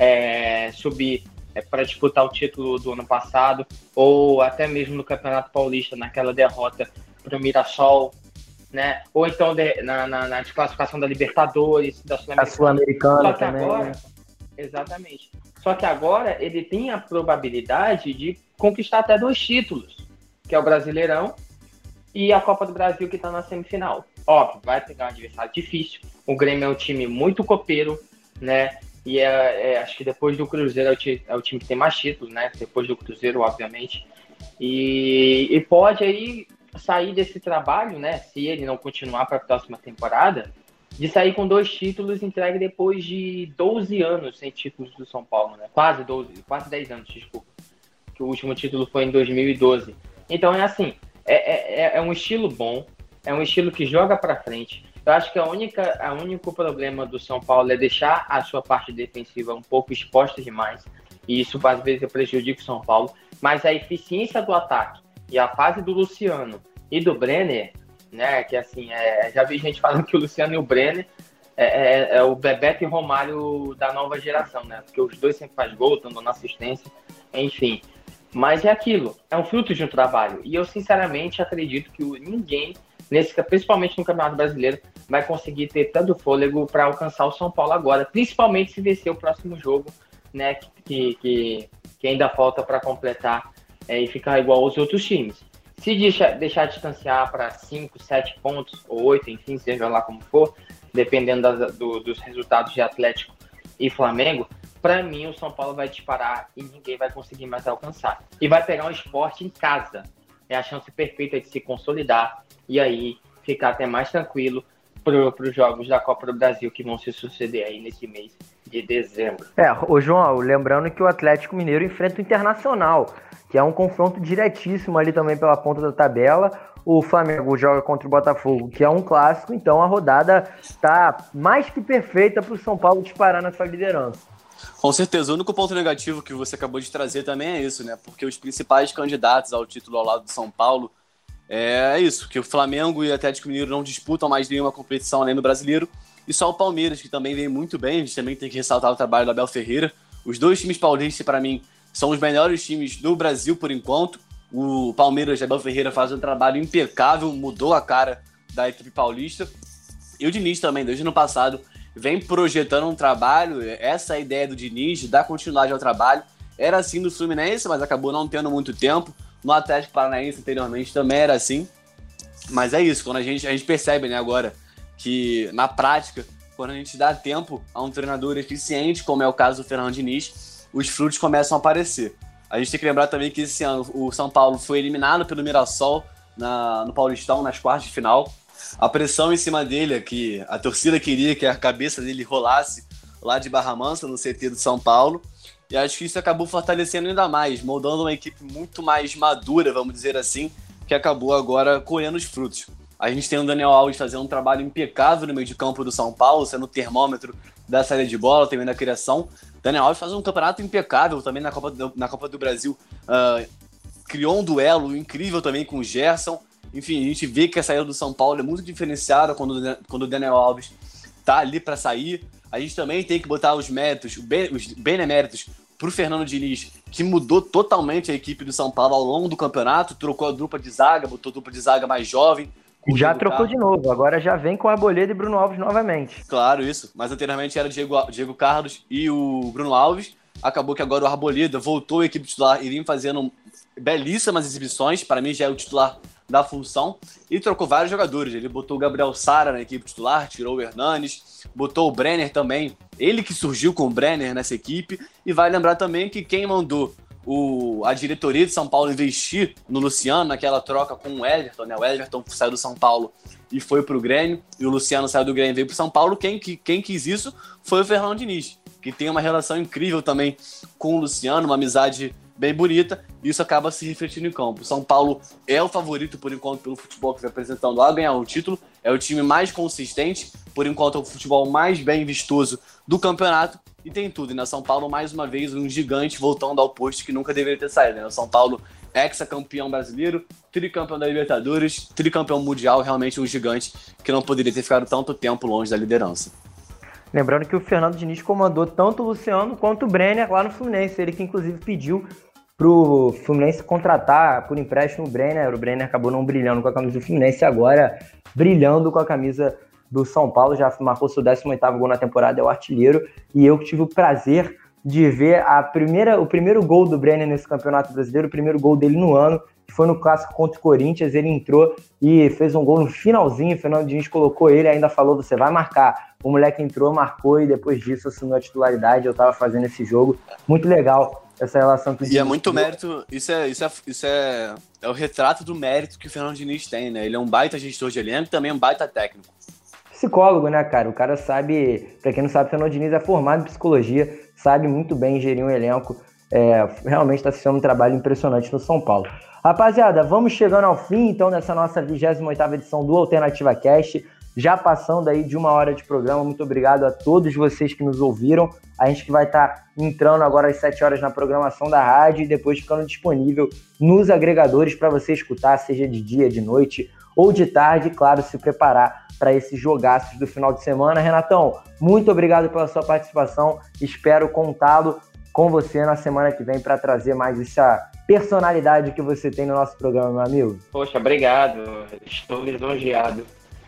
subir para disputar o título do ano passado, ou até mesmo no Campeonato Paulista, naquela derrota para o Mirassol, né? Ou então na desclassificação da Libertadores, da Sul-Americana também. Agora, exatamente. Só que agora ele tem a probabilidade de conquistar até 2 títulos, que é o Brasileirão e a Copa do Brasil, que está na semifinal. Óbvio, vai pegar um adversário difícil. O Grêmio é um time muito copeiro, né? E acho que depois do Cruzeiro é o time que tem mais títulos, né? Depois do Cruzeiro, obviamente. E pode aí sair desse trabalho, né? Se ele não continuar para a próxima temporada, de sair com 2 títulos entregue depois de 12 anos sem títulos do São Paulo, né? Quase 10 anos, desculpa. Que o último título foi em 2012. Então é assim, é um estilo bom, é um estilo que joga para frente. Eu acho que o único problema do São Paulo é deixar a sua parte defensiva um pouco exposta demais. E isso às vezes prejudica o São Paulo. Mas a eficiência do ataque e a fase do Luciano e do Brenner, né? Que assim, já vi gente falando que o Luciano e o Brenner é o Bebeto e Romário da nova geração, né? Porque os dois sempre fazem gol, estão dando assistência, enfim. Mas é aquilo, é um fruto de um trabalho. E eu sinceramente acredito que ninguém, principalmente no Campeonato Brasileiro, vai conseguir ter tanto fôlego para alcançar o São Paulo agora, principalmente se vencer o próximo jogo, né, que ainda falta para completar e ficar igual aos outros times. Se deixar distanciar para 5, 7 pontos, ou 8, enfim, seja lá como for, dependendo dos resultados de Atlético e Flamengo, para mim o São Paulo vai disparar e ninguém vai conseguir mais alcançar. E vai pegar um Sport em casa. É a chance perfeita de se consolidar e aí ficar até mais tranquilo para os jogos da Copa do Brasil que vão se suceder aí nesse mês de dezembro. Ô João, lembrando que o Atlético Mineiro enfrenta o Internacional, que é um confronto diretíssimo ali também pela ponta da tabela. O Flamengo joga contra o Botafogo, que é um clássico, então a rodada está mais que perfeita para o São Paulo disparar na sua liderança. Com certeza, o único ponto negativo que você acabou de trazer também é isso, né? Porque os principais candidatos ao título ao lado do São Paulo é isso, que o Flamengo e o Atlético Mineiro não disputam mais nenhuma competição além do brasileiro, e só o Palmeiras, que também vem muito bem. A gente também tem que ressaltar o trabalho do Abel Ferreira. Os 2 times paulistas, para mim, são os melhores times do Brasil por enquanto. O Palmeiras de Abel Ferreira faz um trabalho impecável, mudou a cara da equipe paulista. E o Diniz também, desde o ano passado, vem projetando um trabalho. Essa ideia do Diniz, de dar continuidade ao trabalho, era assim do Fluminense, mas acabou não tendo muito tempo. No Atlético Paranaense anteriormente também era assim. Mas é isso, quando a gente percebe, né, agora que na prática, quando a gente dá tempo a um treinador eficiente, como é o caso do Fernando Diniz, os frutos começam a aparecer. A gente tem que lembrar também que esse ano o São Paulo foi eliminado pelo Mirassol no Paulistão, nas quartas de final. A pressão em cima dele, que a torcida queria que a cabeça dele rolasse lá de Barra Mansa, no CT do São Paulo. E acho que isso acabou fortalecendo ainda mais, moldando uma equipe muito mais madura, vamos dizer assim, que acabou agora colhendo os frutos. A gente tem o Daniel Alves fazendo um trabalho impecável no meio de campo do São Paulo, sendo o termômetro da saída de bola, também da criação. Daniel Alves faz um campeonato impecável também na Copa do Brasil. Criou um duelo incrível também com o Gerson. Enfim, a gente vê que a saída do São Paulo é muito diferenciada quando o Daniel Alves tá ali para sair. A gente também tem que botar os méritos, os beneméritos pro Fernando Diniz, que mudou totalmente a equipe do São Paulo ao longo do campeonato, trocou a dupla de zaga, botou a dupla de zaga mais jovem. Já trocou de novo, agora já vem com Arboleda e Bruno Alves novamente. Claro, isso. Mas anteriormente era Diego Carlos e o Bruno Alves. Acabou que agora o Arboleda voltou à equipe titular e vem fazendo belíssimas exibições, para mim já é o titular da função, e trocou vários jogadores. Ele botou o Gabriel Sara na equipe titular, tirou o Hernanes, botou o Brenner também, ele que surgiu com o Brenner nessa equipe, e vai lembrar também que quem mandou a diretoria de São Paulo investir no Luciano, naquela troca com o Everton, né? O Everton saiu do São Paulo e foi pro Grêmio, e o Luciano saiu do Grêmio e veio pro São Paulo. Quem quis isso foi o Fernando Diniz, que tem uma relação incrível também com o Luciano, uma amizade bem bonita, e isso acaba se refletindo em campo. O São Paulo é o favorito, por enquanto, pelo futebol que vem apresentando a ganhar o título, é o time mais consistente, por enquanto é o futebol mais bem vistoso do campeonato, e tem tudo, né? São Paulo, mais uma vez, um gigante voltando ao posto que nunca deveria ter saído, né? O São Paulo, ex-campeão brasileiro, tricampeão da Libertadores, tricampeão mundial, realmente um gigante que não poderia ter ficado tanto tempo longe da liderança. Lembrando que o Fernando Diniz comandou tanto o Luciano quanto o Brenner lá no Fluminense, ele que inclusive pediu pro Fluminense contratar por empréstimo o Brenner acabou não brilhando com a camisa do Fluminense, agora brilhando com a camisa do São Paulo, já marcou seu 18º gol na temporada, é o artilheiro, e eu que tive o prazer de ver o primeiro gol do Brenner nesse Campeonato Brasileiro, o primeiro gol dele no ano, que foi no clássico contra o Corinthians. Ele entrou e fez um gol no finalzinho, o Fernando Diniz colocou ele, ainda falou, você vai marcar. O moleque entrou, marcou, e depois disso assumiu a titularidade. Eu tava fazendo esse jogo, muito legal essa relação que o Diniz. E é muito mérito, isso é o retrato do mérito que o Fernando Diniz tem, né? Ele é um baita gestor de elenco e também um baita técnico. Psicólogo, né, cara? O cara sabe, pra quem não sabe, o Fernando Diniz é formado em psicologia, sabe muito bem gerir um elenco, realmente está sendo um trabalho impressionante no São Paulo. Rapaziada, vamos chegando ao fim, então, dessa nossa 28ª edição do Alternativa Cast, já passando aí de 1 hora de programa. Muito obrigado a todos vocês que nos ouviram. A gente que vai estar entrando agora às 7 horas na programação da rádio e depois ficando disponível nos agregadores para você escutar, seja de dia, de noite ou de tarde, e, claro, se preparar para esses jogaços do final de semana. Renatão, muito obrigado pela sua participação. Espero contá-lo com você na semana que vem para trazer mais essa personalidade que você tem no nosso programa, meu amigo. Poxa, obrigado. Estou lisonjeado.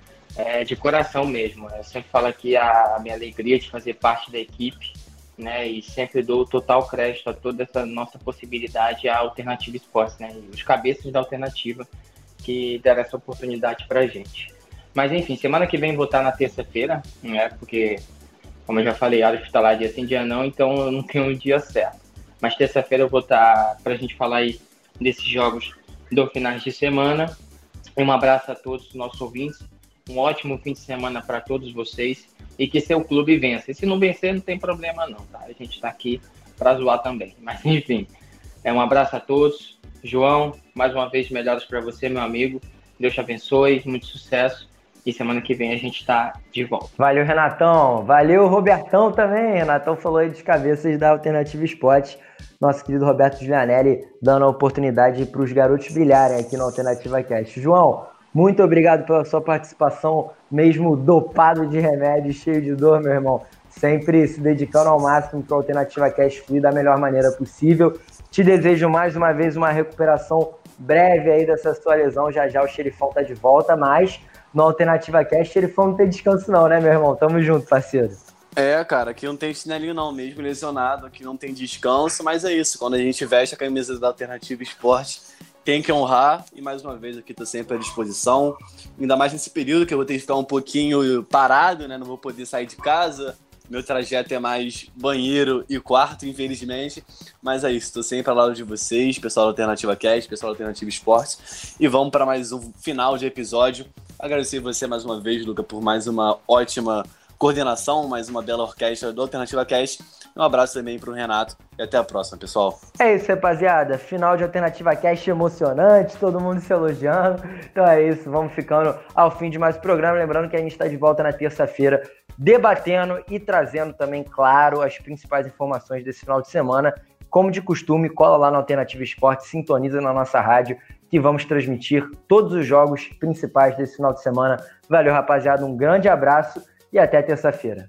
De coração mesmo. Eu sempre falo aqui a minha alegria de fazer parte da equipe, né? E sempre dou total crédito a toda essa nossa possibilidade, a Alternativa Esportes, né? E os cabeças da Alternativa que deram essa oportunidade pra gente. Mas enfim, semana que vem vou estar na terça-feira, né? Porque, como eu já falei, área hospitalar dia sim, dia não, então eu não tenho um dia certo. Mas terça-feira eu vou estar pra gente falar aí desses jogos do final de semana. Um abraço a todos os nossos ouvintes. Um ótimo fim de semana para todos vocês e que seu clube vença. E se não vencer, não tem problema não, tá? A gente está aqui para zoar também. Mas enfim, um abraço a todos. João, mais uma vez, melhoras para você, meu amigo. Deus te abençoe, muito sucesso. E semana que vem a gente está de volta. Valeu, Renatão. Valeu, Robertão também. Renatão falou aí dos cabeças da Alternativa Esportes. Nosso querido Roberto Gianelli dando a oportunidade para os garotos brilharem aqui na Alternativa Cast. João, muito obrigado pela sua participação, mesmo dopado de remédio, cheio de dor, meu irmão. Sempre se dedicando ao máximo para a Alternativa Cast fluir da melhor maneira possível. Te desejo mais uma vez uma recuperação breve aí dessa sua lesão. Já já o Xerifão tá de volta, mas no Alternativa Cast, Xerifão não tem descanso não, né, meu irmão? Tamo junto, parceiro. Cara, aqui não tem chinelinho não, mesmo lesionado, aqui não tem descanso, mas é isso, quando a gente veste a camisa da Alternativa Esporte, tem que honrar, e mais uma vez aqui tô sempre à disposição, ainda mais nesse período que eu vou ter que ficar um pouquinho parado, né, não vou poder sair de casa, meu trajeto é mais banheiro e quarto, infelizmente, mas é isso, tô sempre ao lado de vocês, pessoal da Alternativa Cast, pessoal da Alternativa Esportes, e vamos para mais um final de episódio. Agradecer você mais uma vez, Luca, por mais uma ótima coordenação, mais uma bela orquestra do Alternativa Cast. Um abraço também para o Renato e até a próxima, pessoal. É isso, rapaziada. Final de Alternativa Cast emocionante, todo mundo se elogiando. Então é isso, vamos ficando ao fim de mais um programa. Lembrando que a gente está de volta na terça-feira, debatendo e trazendo também, claro, as principais informações desse final de semana. Como de costume, cola lá na Alternativa Esporte, sintoniza na nossa rádio, que vamos transmitir todos os jogos principais desse final de semana. Valeu, rapaziada, um grande abraço e até terça-feira.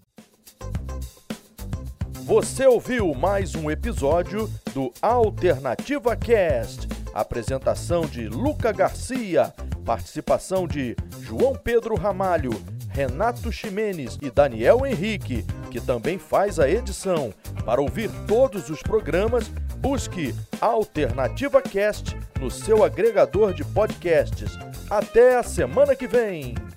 Você ouviu mais um episódio do Alternativa Cast. Apresentação de Luca Garcia, participação de João Pedro Ramalho, Renato Ximenes e Daniel Henrique, que também faz a edição. Para ouvir todos os programas, Busque Alternativa Cast no seu agregador de podcasts. Até a semana que vem!